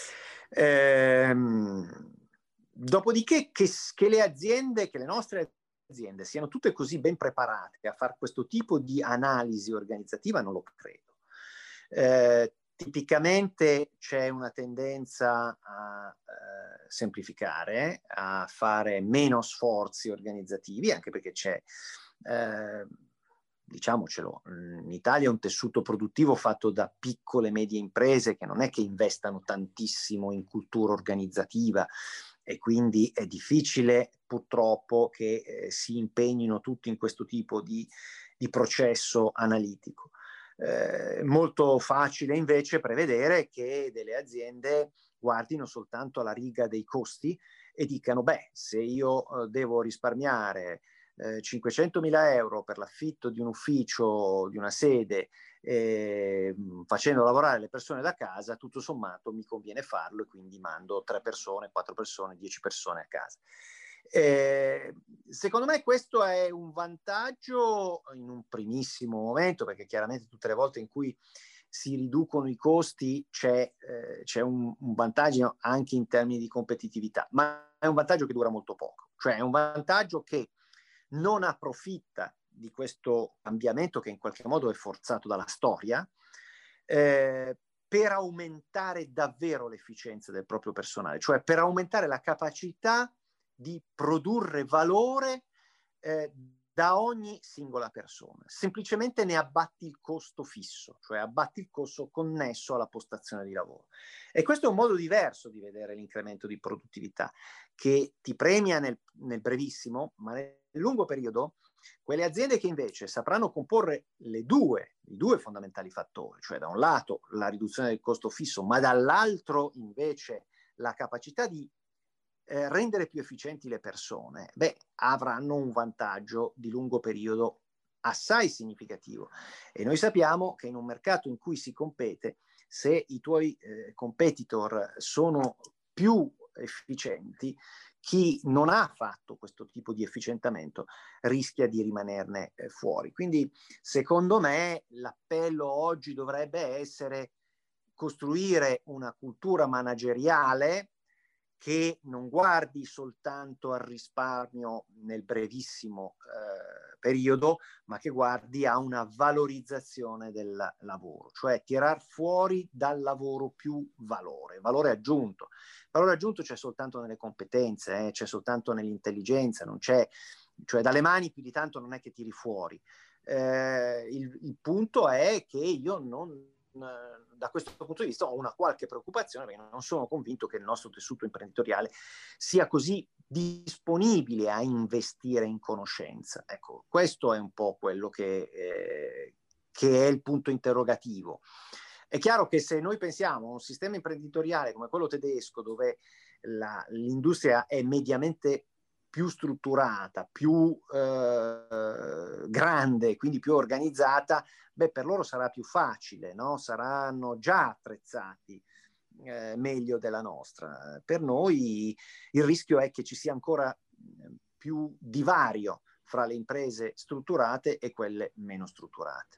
Ehm, dopodiché che, che le aziende, che le nostre aziende siano tutte così ben preparate a fare questo tipo di analisi organizzativa, non lo credo. Eh, tipicamente c'è una tendenza a eh, semplificare, a fare meno sforzi organizzativi, anche perché c'è, eh, diciamocelo, in Italia è un tessuto produttivo fatto da piccole e medie imprese che non è che investano tantissimo in cultura organizzativa, e quindi è difficile purtroppo che eh, si impegnino tutti in questo tipo di, di processo analitico. Eh, molto facile invece prevedere che delle aziende guardino soltanto alla riga dei costi e dicano: beh, se io eh, devo risparmiare eh, cinquecentomila euro per l'affitto di un ufficio, di una sede, eh, facendo lavorare le persone da casa, tutto sommato mi conviene farlo e quindi mando tre persone, quattro persone, dieci persone a casa. Eh, secondo me questo è un vantaggio in un primissimo momento, perché chiaramente tutte le volte in cui si riducono i costi c'è, eh, c'è un, un vantaggio anche in termini di competitività, ma è un vantaggio che dura molto poco, cioè è un vantaggio che non approfitta di questo cambiamento che in qualche modo è forzato dalla storia, eh, per aumentare davvero l'efficienza del proprio personale, cioè per aumentare la capacità di produrre valore eh, da ogni singola persona. Semplicemente ne abbatti il costo fisso, cioè abbatti il costo connesso alla postazione di lavoro. E questo è un modo diverso di vedere l'incremento di produttività, che ti premia nel, nel brevissimo, ma nel lungo periodo Quelle aziende che invece sapranno comporre le due, i due fondamentali fattori, cioè da un lato la riduzione del costo fisso, ma dall'altro invece la capacità di eh, rendere più efficienti le persone, beh, avranno un vantaggio di lungo periodo assai significativo. E noi sappiamo che in un mercato in cui si compete, se i tuoi eh, competitor sono più efficienti, chi non ha fatto questo tipo di efficientamento rischia di rimanerne eh, fuori. Quindi, secondo me, l'appello oggi dovrebbe essere costruire una cultura manageriale che non guardi soltanto al risparmio nel brevissimo eh, periodo, ma che guardi a una valorizzazione del lavoro, cioè tirar fuori dal lavoro più valore, valore aggiunto. Valore aggiunto c'è soltanto nelle competenze, eh, c'è soltanto nell'intelligenza, non c'è, cioè dalle mani più di tanto non è che tiri fuori. Eh, il, il punto è che io non da questo punto di vista ho una qualche preoccupazione, perché non sono convinto che il nostro tessuto imprenditoriale sia così disponibile a investire in conoscenza. Ecco, questo è un po' quello che, eh, che è il punto interrogativo. È chiaro che se noi pensiamo a un sistema imprenditoriale come quello tedesco, dove la, l'industria è mediamente più strutturata, più eh, grande, quindi più organizzata, beh, per loro sarà più facile, no? Saranno già attrezzati eh, meglio della nostra. Per noi il rischio è che ci sia ancora più divario fra le imprese strutturate e quelle meno strutturate.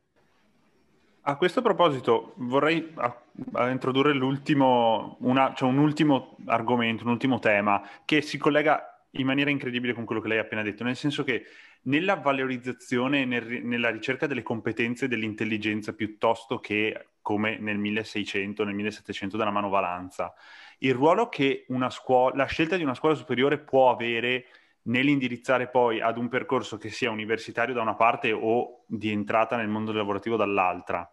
A questo proposito vorrei a, a introdurre l'ultimo, una, cioè un ultimo argomento, un ultimo tema che si collega in maniera incredibile con quello che lei ha appena detto, nel senso che nella valorizzazione, nel, nella ricerca delle competenze e dell'intelligenza piuttosto che come nel milleseicento, nel millesettecento della manovalanza, il ruolo che una scuola, la scelta di una scuola superiore può avere nell'indirizzare poi ad un percorso che sia universitario da una parte o di entrata nel mondo lavorativo dall'altra,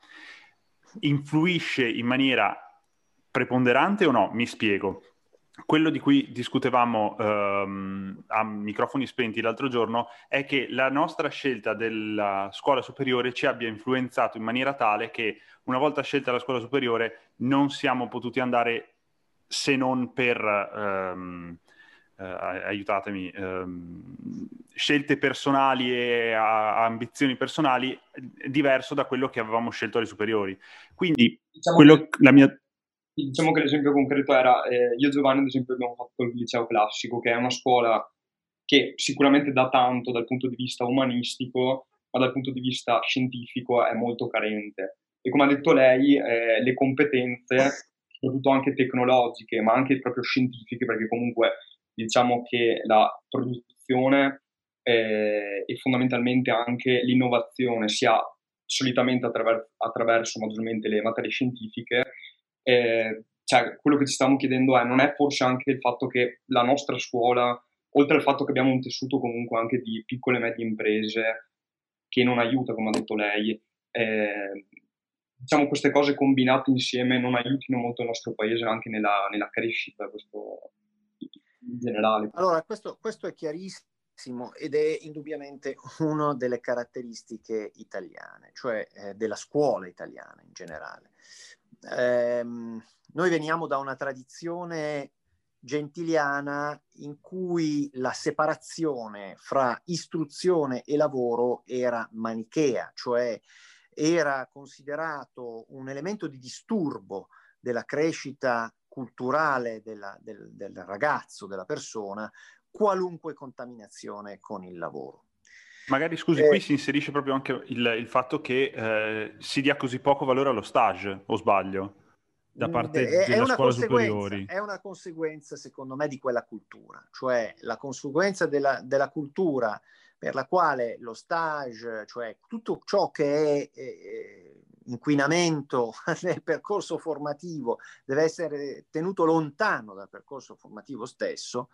influisce in maniera preponderante o no? Mi spiego. Quello di cui discutevamo ehm, a microfoni spenti l'altro giorno è che la nostra scelta della scuola superiore ci abbia influenzato in maniera tale che una volta scelta la scuola superiore non siamo potuti andare se non per ehm, eh, aiutatemi ehm, scelte personali e a, ambizioni personali diverso da quello che avevamo scelto alle superiori. Quindi diciamo quello, che, la mia diciamo che l'esempio concreto era eh, io e Giovanni ad esempio abbiamo fatto il liceo classico, che è una scuola che sicuramente dà tanto dal punto di vista umanistico, ma dal punto di vista scientifico è molto carente. E come ha detto lei, eh, le competenze, soprattutto anche tecnologiche, ma anche proprio scientifiche, perché comunque diciamo che la produzione eh, e fondamentalmente anche l'innovazione si ha solitamente attraver- attraverso maggiormente le materie scientifiche. Eh, cioè, quello che ci stiamo chiedendo è, non è forse anche il fatto che la nostra scuola, oltre al fatto che abbiamo un tessuto comunque anche di piccole e medie imprese che non aiuta, come ha detto lei, eh, diciamo queste cose combinate insieme non aiutino molto il nostro paese anche nella, nella crescita, questo in generale. Allora, questo, questo è chiarissimo ed è indubbiamente una delle caratteristiche italiane, cioè eh, della scuola italiana in generale. Ehm, noi veniamo da una tradizione gentiliana in cui la separazione fra istruzione e lavoro era manichea, cioè era considerato un elemento di disturbo della crescita culturale della, del, del ragazzo, della persona, qualunque contaminazione con il lavoro. Magari, scusi, Eh, qui si inserisce proprio anche il, il fatto che eh, si dia così poco valore allo stage, o sbaglio, da parte è, è della una scuola conseguenza, superiori. è una conseguenza, secondo me, di quella cultura, cioè la conseguenza della, della cultura per la quale lo stage, cioè tutto ciò che è eh, inquinamento nel percorso formativo, deve essere tenuto lontano dal percorso formativo stesso,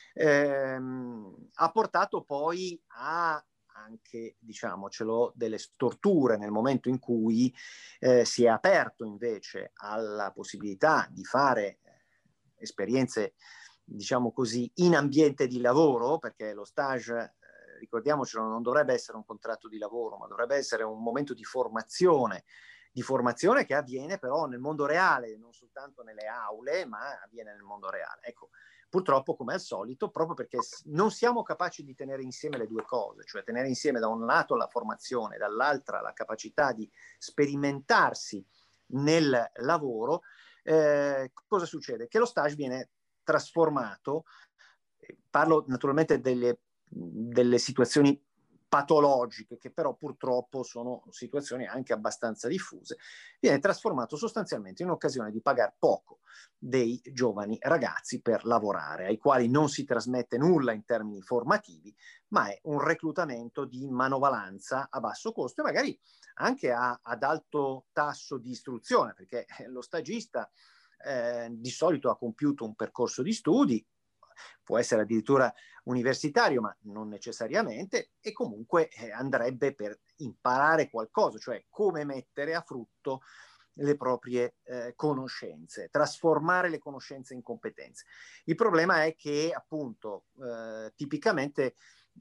ehm, ha portato poi a anche, diciamocelo, delle storture nel momento in cui eh, si è aperto invece alla possibilità di fare esperienze, diciamo così, in ambiente di lavoro, perché lo stage ricordiamocelo, non dovrebbe essere un contratto di lavoro, ma dovrebbe essere un momento di formazione, di formazione che avviene però nel mondo reale, non soltanto nelle aule, ma avviene nel mondo reale. Ecco, purtroppo, come al solito, proprio perché non siamo capaci di tenere insieme le due cose, cioè tenere insieme da un lato la formazione, dall'altra la capacità di sperimentarsi nel lavoro, eh, cosa succede? Che lo stage viene trasformato, parlo naturalmente delle, delle situazioni patologiche, che però purtroppo sono situazioni anche abbastanza diffuse, viene trasformato sostanzialmente in un'occasione di pagare poco dei giovani ragazzi per lavorare, ai quali non si trasmette nulla in termini formativi, ma è un reclutamento di manovalanza a basso costo e magari anche a, ad alto tasso di istruzione, perché lo stagista eh, di solito ha compiuto un percorso di studi, può essere addirittura universitario, ma non necessariamente, e comunque eh, andrebbe per imparare qualcosa, cioè come mettere a frutto le proprie eh, conoscenze, trasformare le conoscenze in competenze. Il problema è che appunto eh, tipicamente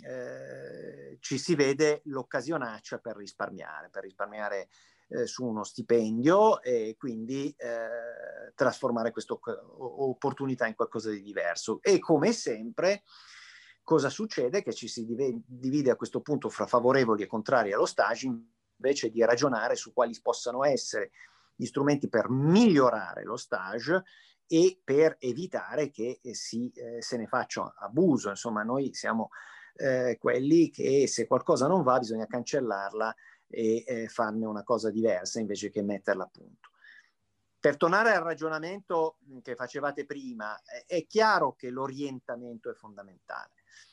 eh, ci si vede l'occasionaccia per risparmiare, per risparmiare eh, su uno stipendio e quindi eh, trasformare questa opportunità in qualcosa di diverso. E come sempre cosa succede? Che ci si divide a questo punto fra favorevoli e contrari allo stage, invece di ragionare su quali possano essere gli strumenti per migliorare lo stage e per evitare che si, eh, se ne faccia abuso. Insomma, noi siamo eh, quelli che se qualcosa non va bisogna cancellarla e eh, farne una cosa diversa invece che metterla a punto. Per tornare al ragionamento che facevate prima, è chiaro che l'orientamento è fondamentale.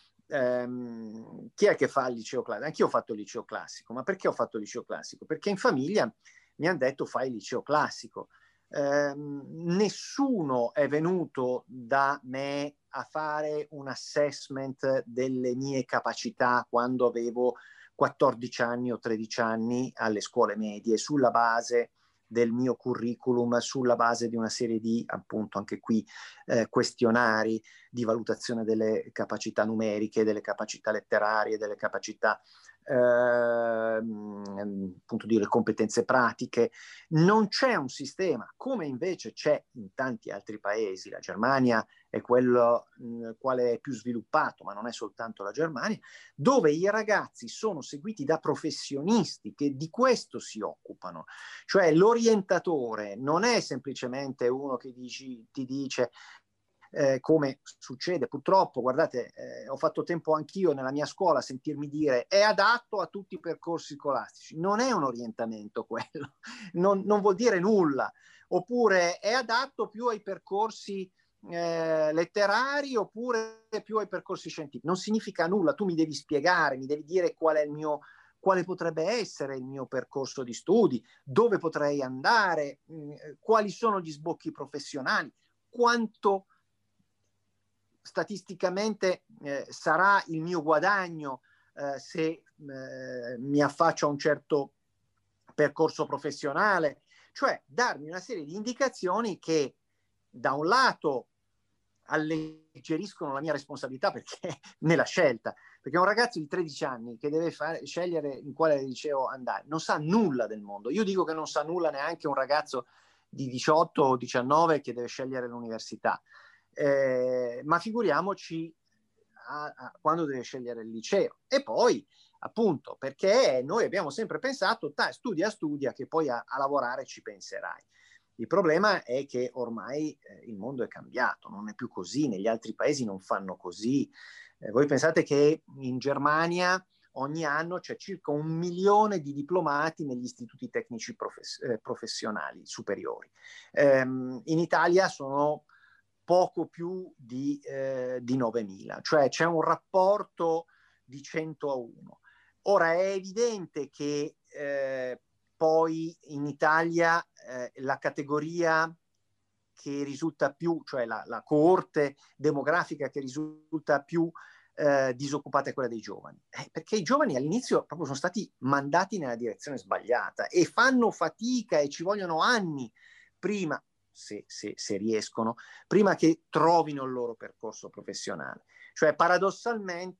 Um, chi è che fa il liceo classico? Anch'io ho fatto il liceo classico, ma perché ho fatto il liceo classico? Perché in famiglia mi hanno detto fai il liceo classico. Um, nessuno è venuto da me a fare un assessment delle mie capacità quando avevo quattordici anni o tredici anni alle scuole medie, sulla base del mio curriculum, sulla base di una serie di, appunto, anche qui eh, questionari di valutazione delle capacità numeriche, delle capacità letterarie, delle capacità eh, appunto dire competenze pratiche. Non c'è un sistema, come invece c'è in tanti altri paesi. La Germania è quello nel quale è più sviluppato, ma non è soltanto la Germania, dove i ragazzi sono seguiti da professionisti che di questo si occupano. Cioè l'orientatore non è semplicemente uno che dici, ti dice eh, come succede purtroppo, guardate, eh, ho fatto tempo anch'io nella mia scuola a sentirmi dire è adatto a tutti i percorsi scolastici. Non è un orientamento quello, non, non vuol dire nulla. Oppure è adatto più ai percorsi eh, letterari oppure più ai percorsi scientifici. Non significa nulla, tu mi devi spiegare, mi devi dire qual è il mio, quale potrebbe essere il mio percorso di studi, dove potrei andare, mh, quali sono gli sbocchi professionali, quanto statisticamente eh, sarà il mio guadagno eh, se eh, mi affaccio a un certo percorso professionale, cioè darmi una serie di indicazioni che da un lato alleggeriscono la mia responsabilità perché nella scelta, perché un ragazzo di tredici anni che deve fare, scegliere in quale liceo andare non sa nulla del mondo. Io dico che non sa nulla neanche un ragazzo di diciotto o diciannove che deve scegliere l'università. Eh, ma figuriamoci a, a, quando deve scegliere il liceo. E poi appunto perché noi abbiamo sempre pensato dai, studia studia che poi a, a lavorare ci penserai. Il problema è che ormai eh, il mondo è cambiato, non è più così, negli altri paesi non fanno così. Eh, voi pensate che in Germania ogni anno c'è circa un milione di diplomati negli istituti tecnici profes- eh, professionali superiori. Ehm, in Italia sono poco più di, eh, di novemila, cioè c'è un rapporto di cento a uno. Ora è evidente che eh, poi in Italia eh, la categoria che risulta più, cioè la, la coorte demografica che risulta più eh, disoccupata è quella dei giovani, eh, perché i giovani all'inizio proprio sono stati mandati nella direzione sbagliata e fanno fatica e ci vogliono anni prima, se, se, se riescono, prima che trovino il loro percorso professionale. Cioè paradossalmente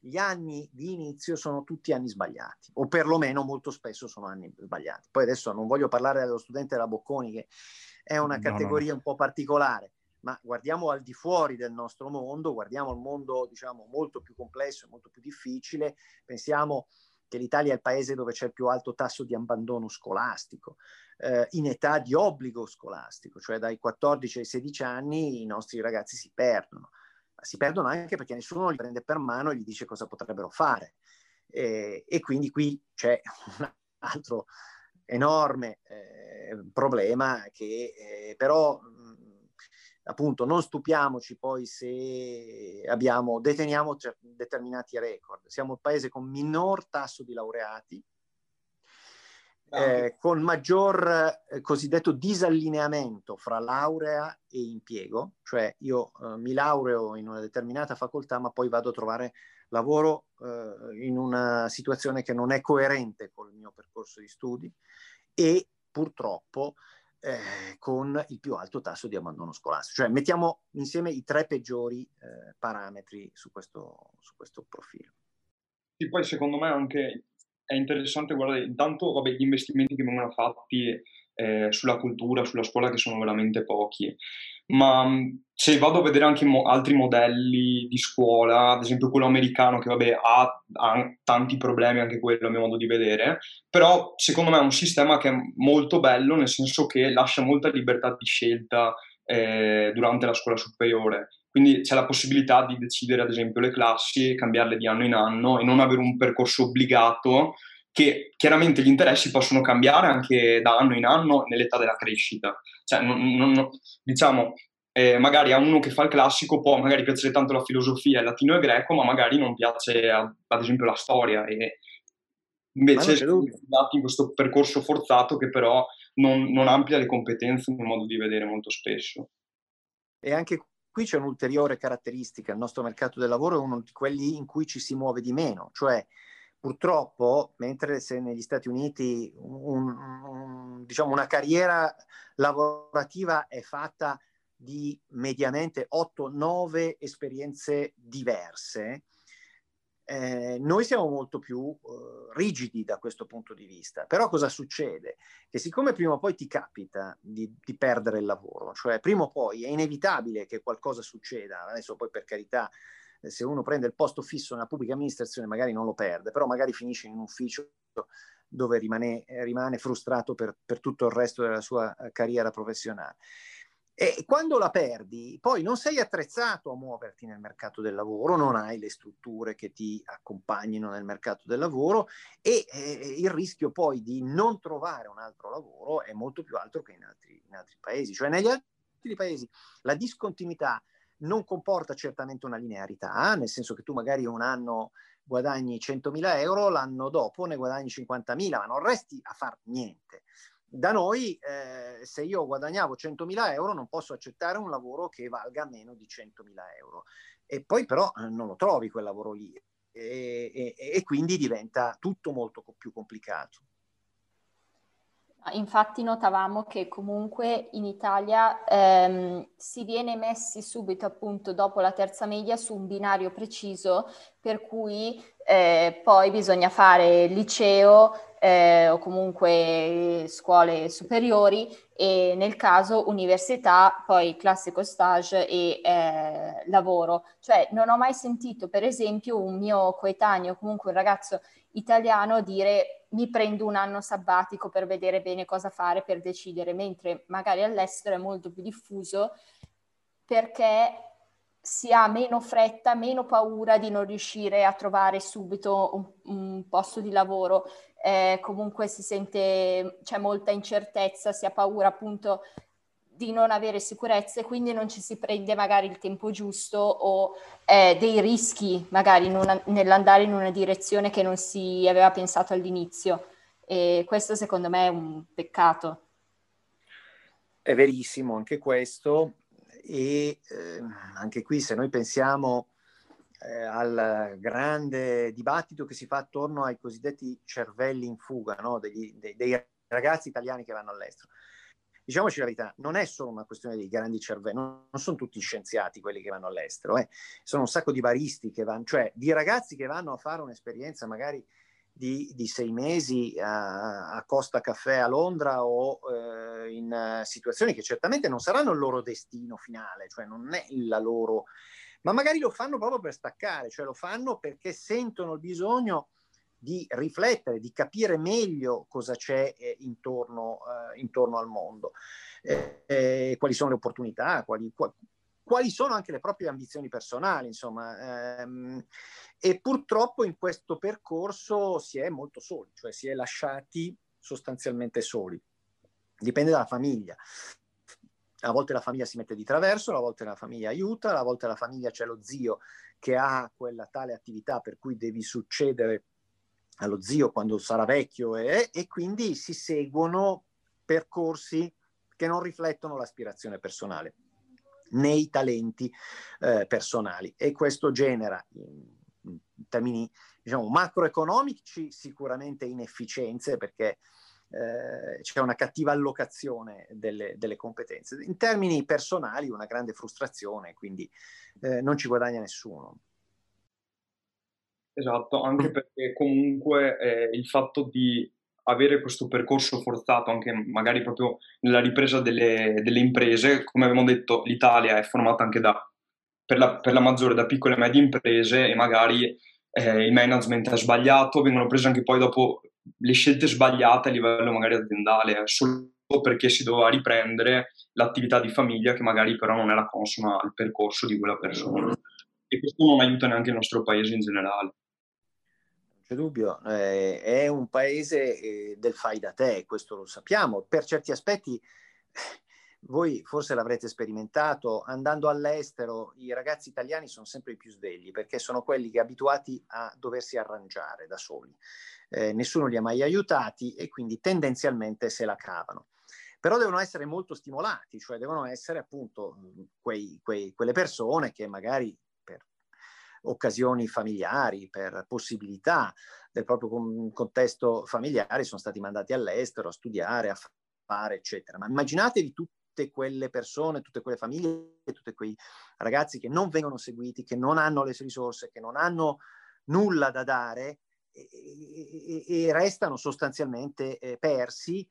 gli anni di inizio sono tutti anni sbagliati, o perlomeno molto spesso sono anni sbagliati. Poi adesso non voglio parlare dello studente della Bocconi, che è una categoria no, no, no. un po' particolare, ma guardiamo al di fuori del nostro mondo, guardiamo il mondo, diciamo, molto più complesso e molto più difficile. Pensiamo che l'Italia è il paese dove c'è il più alto tasso di abbandono scolastico, eh, in età di obbligo scolastico, cioè dai quattordici ai sedici anni i nostri ragazzi si perdono. Si perdono anche perché nessuno li prende per mano e gli dice cosa potrebbero fare. Eh, e quindi qui c'è un altro enorme eh, problema che eh, però mh, appunto non stupiamoci poi se abbiamo, deteniamo determinati record. Siamo il paese con minor tasso di laureati, Eh, con maggior eh, cosiddetto disallineamento fra laurea e impiego, cioè io eh, mi laureo in una determinata facoltà ma poi vado a trovare lavoro eh, in una situazione che non è coerente col mio percorso di studi e purtroppo eh, con il più alto tasso di abbandono scolastico. Cioè mettiamo insieme i tre peggiori eh, parametri su questo, su questo profilo. E poi secondo me anche è interessante guardare intanto vabbè, gli investimenti che vengono fatti eh, sulla cultura, sulla scuola, che sono veramente pochi, ma se vado a vedere anche mo- altri modelli di scuola, ad esempio quello americano che vabbè ha, ha tanti problemi anche quello a mio modo di vedere, però secondo me è un sistema che è molto bello nel senso che lascia molta libertà di scelta eh, durante la scuola superiore. Quindi c'è la possibilità di decidere ad esempio le classi, cambiarle di anno in anno e non avere un percorso obbligato, che chiaramente gli interessi possono cambiare anche da anno in anno nell'età della crescita. Cioè, non, non, diciamo, eh, magari a uno che fa il classico può magari piacere tanto la filosofia, il latino e il greco, ma magari non piace ad, ad esempio la storia. E invece sono in questo percorso forzato che però non, non amplia le competenze nel modo di vedere molto spesso. E anche qui c'è un'ulteriore caratteristica: il nostro mercato del lavoro è uno di quelli in cui ci si muove di meno, cioè purtroppo, mentre se negli Stati Uniti un, un, diciamo una carriera lavorativa è fatta di mediamente otto nove esperienze diverse, eh, noi siamo molto più eh, rigidi da questo punto di vista. Però cosa succede? Che siccome prima o poi ti capita di, di perdere il lavoro, cioè prima o poi è inevitabile che qualcosa succeda, adesso poi per carità, eh, se uno prende il posto fisso nella pubblica amministrazione magari non lo perde, però magari finisce in un ufficio dove rimane, eh, rimane frustrato per, per tutto il resto della sua eh, carriera professionale. E quando la perdi, poi non sei attrezzato a muoverti nel mercato del lavoro, non hai le strutture che ti accompagnino nel mercato del lavoro e eh, il rischio poi di non trovare un altro lavoro è molto più alto che in altri, in altri paesi. Cioè negli altri paesi la discontinuità non comporta certamente una linearità, nel senso che tu magari un anno guadagni centomila euro, l'anno dopo ne guadagni cinquantamila, ma non resti a far niente. Da noi, eh, se io guadagnavo centomila euro, non posso accettare un lavoro che valga meno di centomila euro. E poi però eh, non lo trovi quel lavoro lì. E, e, e quindi diventa tutto molto più complicato. Infatti notavamo che comunque in Italia ehm, si viene messi subito appunto dopo la terza media su un binario preciso, per cui eh, poi bisogna fare liceo eh, o comunque scuole superiori e nel caso università, poi classico stage e eh, lavoro. Cioè non ho mai sentito per esempio un mio coetaneo, comunque un ragazzo italiano dire mi prendo un anno sabbatico per vedere bene cosa fare, per decidere, mentre magari all'estero è molto più diffuso perché si ha meno fretta, meno paura di non riuscire a trovare subito un, un posto di lavoro, eh, comunque si sente, c'è molta incertezza, si ha paura appunto di non avere sicurezze, quindi non ci si prende magari il tempo giusto o eh, dei rischi magari in una, nell'andare in una direzione che non si aveva pensato all'inizio. E questo secondo me è un peccato. È verissimo anche questo e eh, anche qui se noi pensiamo eh, al grande dibattito che si fa attorno ai cosiddetti cervelli in fuga, no? degli, dei, dei ragazzi italiani che vanno all'estero. diciamoci la verità, non è solo una questione dei grandi cervelli, non, non sono tutti scienziati quelli che vanno all'estero, eh. Sono un sacco di baristi che vanno, cioè di ragazzi che vanno a fare un'esperienza magari di, di sei mesi a, a Costa Caffè a Londra o eh, in uh, situazioni che certamente non saranno il loro destino finale, cioè non è la loro, ma magari lo fanno proprio per staccare, cioè lo fanno perché sentono il bisogno di riflettere, di capire meglio cosa c'è eh, intorno, eh, intorno al mondo, eh, eh, quali sono le opportunità, quali, quali, quali sono anche le proprie ambizioni personali, insomma. Ehm, e purtroppo in questo percorso si è molto soli, cioè si è lasciati sostanzialmente soli. Dipende dalla famiglia. A volte la famiglia si mette di traverso, a volte la famiglia aiuta, a volte la famiglia c'è lo zio che ha quella tale attività per cui devi succedere allo zio quando sarà vecchio e, e quindi si seguono percorsi che non riflettono l'aspirazione personale né i talenti eh, personali, e questo genera in, in termini diciamo macroeconomici sicuramente inefficienze, perché eh, c'è una cattiva allocazione delle, delle competenze. In termini personali una grande frustrazione, quindi eh, non ci guadagna nessuno. Esatto, anche perché comunque eh, il fatto di avere questo percorso forzato, anche magari proprio nella ripresa delle, delle imprese, come abbiamo detto, l'Italia è formata anche da, per la, per la maggiore da piccole e medie imprese, e magari eh, il management è sbagliato, vengono prese anche poi dopo le scelte sbagliate a livello magari aziendale, solo perché si doveva riprendere l'attività di famiglia che magari però non era consona al percorso di quella persona. E questo non aiuta neanche il nostro paese in generale. C'è dubbio, eh, è un paese eh, del fai da te, questo lo sappiamo. Per certi aspetti, voi forse l'avrete sperimentato, andando all'estero, i ragazzi italiani sono sempre i più svegli, perché sono quelli che abituati a doversi arrangiare da soli. Eh, nessuno li ha mai aiutati e quindi tendenzialmente se la cavano. Però devono essere molto stimolati, cioè devono essere appunto quei, quei, quelle persone che magari per occasioni familiari, per possibilità del proprio contesto familiare sono stati mandati all'estero a studiare, a fare, eccetera. Ma immaginatevi tutte quelle persone, tutte quelle famiglie, tutti quei ragazzi che non vengono seguiti, che non hanno le risorse, che non hanno nulla da dare e, e, e restano sostanzialmente eh, persi,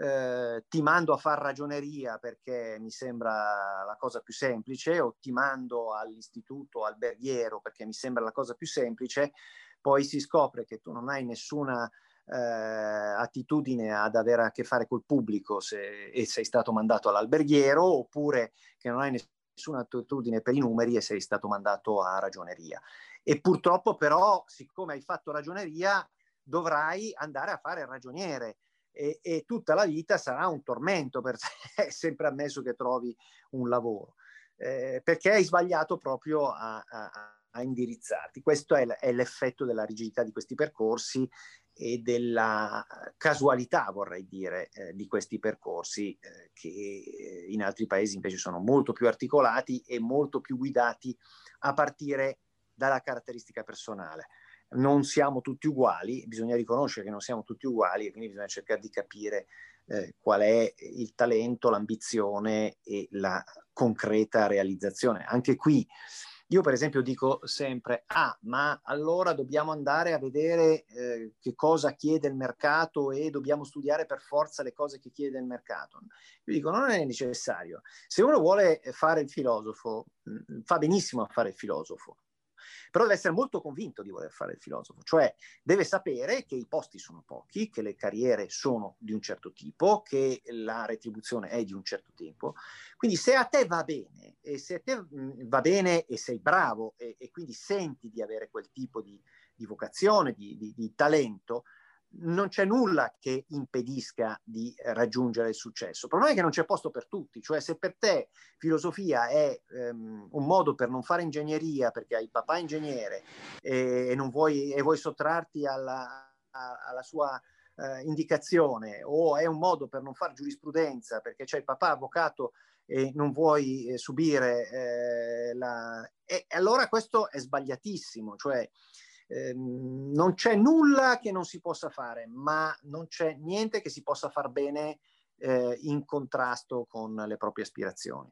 eh, ti mando a far ragioneria perché mi sembra la cosa più semplice, o ti mando all'istituto alberghiero perché mi sembra la cosa più semplice. Poi si scopre che tu non hai nessuna eh, attitudine ad avere a che fare col pubblico se, e sei stato mandato all'alberghiero, oppure che non hai nessuna attitudine per i numeri e sei stato mandato a ragioneria. E purtroppo però, siccome hai fatto ragioneria, dovrai andare a fare il ragioniere e, e tutta la vita sarà un tormento per te, sempre ammesso che trovi un lavoro, eh, perché hai sbagliato proprio a, a, a indirizzarti. Questo è, è l'effetto della rigidità di questi percorsi e della casualità, vorrei dire, eh, di questi percorsi eh, che in altri paesi invece sono molto più articolati e molto più guidati a partire dalla caratteristica personale. Non siamo tutti uguali, bisogna riconoscere che non siamo tutti uguali e quindi bisogna cercare di capire eh, qual è il talento, l'ambizione e la concreta realizzazione. Anche qui io per esempio dico sempre, ah, ma allora dobbiamo andare a vedere eh, che cosa chiede il mercato e dobbiamo studiare per forza le cose che chiede il mercato. Io dico, non è necessario. Se uno vuole fare il filosofo, mh, fa benissimo a fare il filosofo, però deve essere molto convinto di voler fare il filosofo, cioè deve sapere che i posti sono pochi, che le carriere sono di un certo tipo, che la retribuzione è di un certo tempo. Quindi se a te va bene, e se a te mh, va bene e sei bravo e, e quindi senti di avere quel tipo di, di vocazione, di, di, di talento, non c'è nulla che impedisca di raggiungere il successo. Il problema è che non c'è posto per tutti, cioè se per te filosofia è um, un modo per non fare ingegneria perché hai il papà ingegnere e, e non vuoi, e vuoi sottrarti alla, a, alla sua uh, indicazione, o è un modo per non fare giurisprudenza perché c'è il papà avvocato e non vuoi eh, subire eh, la... E allora questo è sbagliatissimo, cioè Eh, non c'è nulla che non si possa fare, ma non c'è niente che si possa far bene eh, in contrasto con le proprie aspirazioni.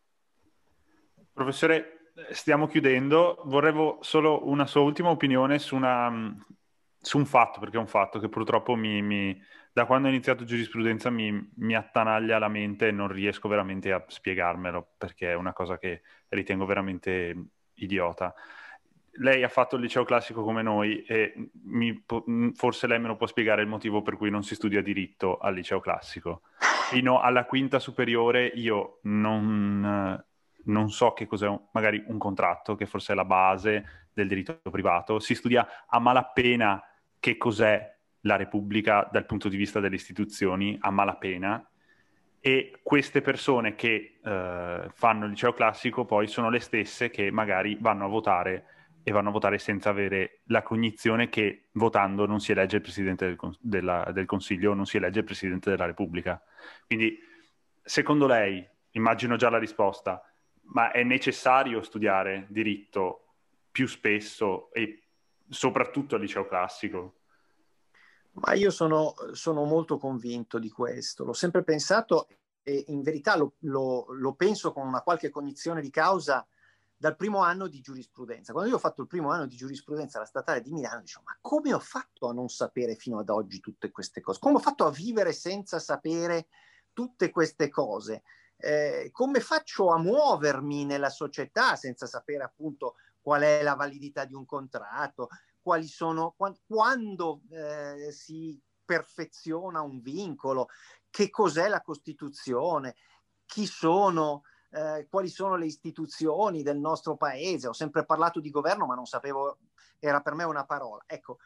Professore, stiamo chiudendo. Vorrei solo una sua ultima opinione su, una, su un fatto, perché è un fatto che purtroppo mi, mi, da quando ho iniziato giurisprudenza mi, mi attanaglia la mente e non riesco veramente a spiegarmelo, perché è una cosa che ritengo veramente idiota. Lei ha fatto il liceo classico come noi e mi, forse lei me lo può spiegare il motivo per cui non si studia diritto al liceo classico. Fino alla quinta superiore io non, non so che cos'è un, magari un contratto, che forse è la base del diritto privato. Si studia a malapena che cos'è la Repubblica dal punto di vista delle istituzioni, a malapena. E queste persone che eh, fanno il liceo classico poi sono le stesse che magari vanno a votare e vanno a votare senza avere la cognizione che votando non si elegge il Presidente del, della, del Consiglio, non si elegge il Presidente della Repubblica. Quindi, secondo lei, immagino già la risposta, ma è necessario studiare diritto più spesso e soprattutto al liceo classico? Ma io sono, sono molto convinto di questo, l'ho sempre pensato e in verità lo, lo, lo penso con una qualche cognizione di causa dal primo anno di giurisprudenza. Quando io ho fatto il primo anno di giurisprudenza alla Statale di Milano, dicevo, ma come ho fatto a non sapere fino ad oggi tutte queste cose? Come ho fatto a vivere senza sapere tutte queste cose? Eh, come faccio a muovermi nella società senza sapere appunto qual è la validità di un contratto, quali sono, quando eh, si perfeziona un vincolo, che cos'è la Costituzione, chi sono... Eh, quali sono le istituzioni del nostro paese. Ho sempre parlato di governo, ma non sapevo, era per me una parola. Ecco,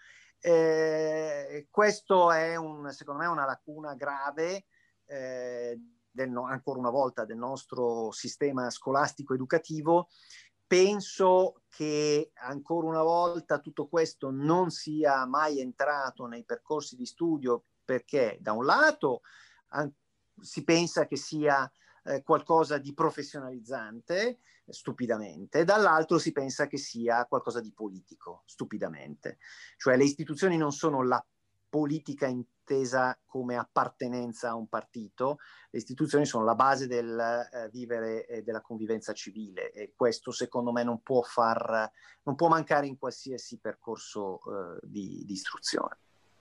eh, questo è un, secondo me una lacuna grave, eh, del, ancora una volta, del nostro sistema scolastico educativo. Penso che ancora una volta tutto questo non sia mai entrato nei percorsi di studio, perché da un lato an- si pensa che sia Eh, qualcosa di professionalizzante, stupidamente, dall'altro si pensa che sia qualcosa di politico, stupidamente. Cioè le istituzioni non sono la politica intesa come appartenenza a un partito, le istituzioni sono la base del eh, vivere e della convivenza civile e questo secondo me non può far, non può mancare in qualsiasi percorso eh, di, di istruzione.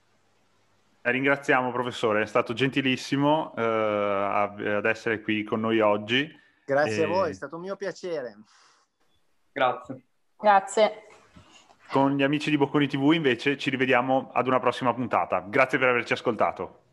Ringraziamo professore, è stato gentilissimo eh, ad essere qui con noi oggi. Grazie e... a voi, è stato un mio piacere. Grazie. Grazie. Con gli amici di Bocconi tivù invece ci rivediamo ad una prossima puntata. Grazie per averci ascoltato.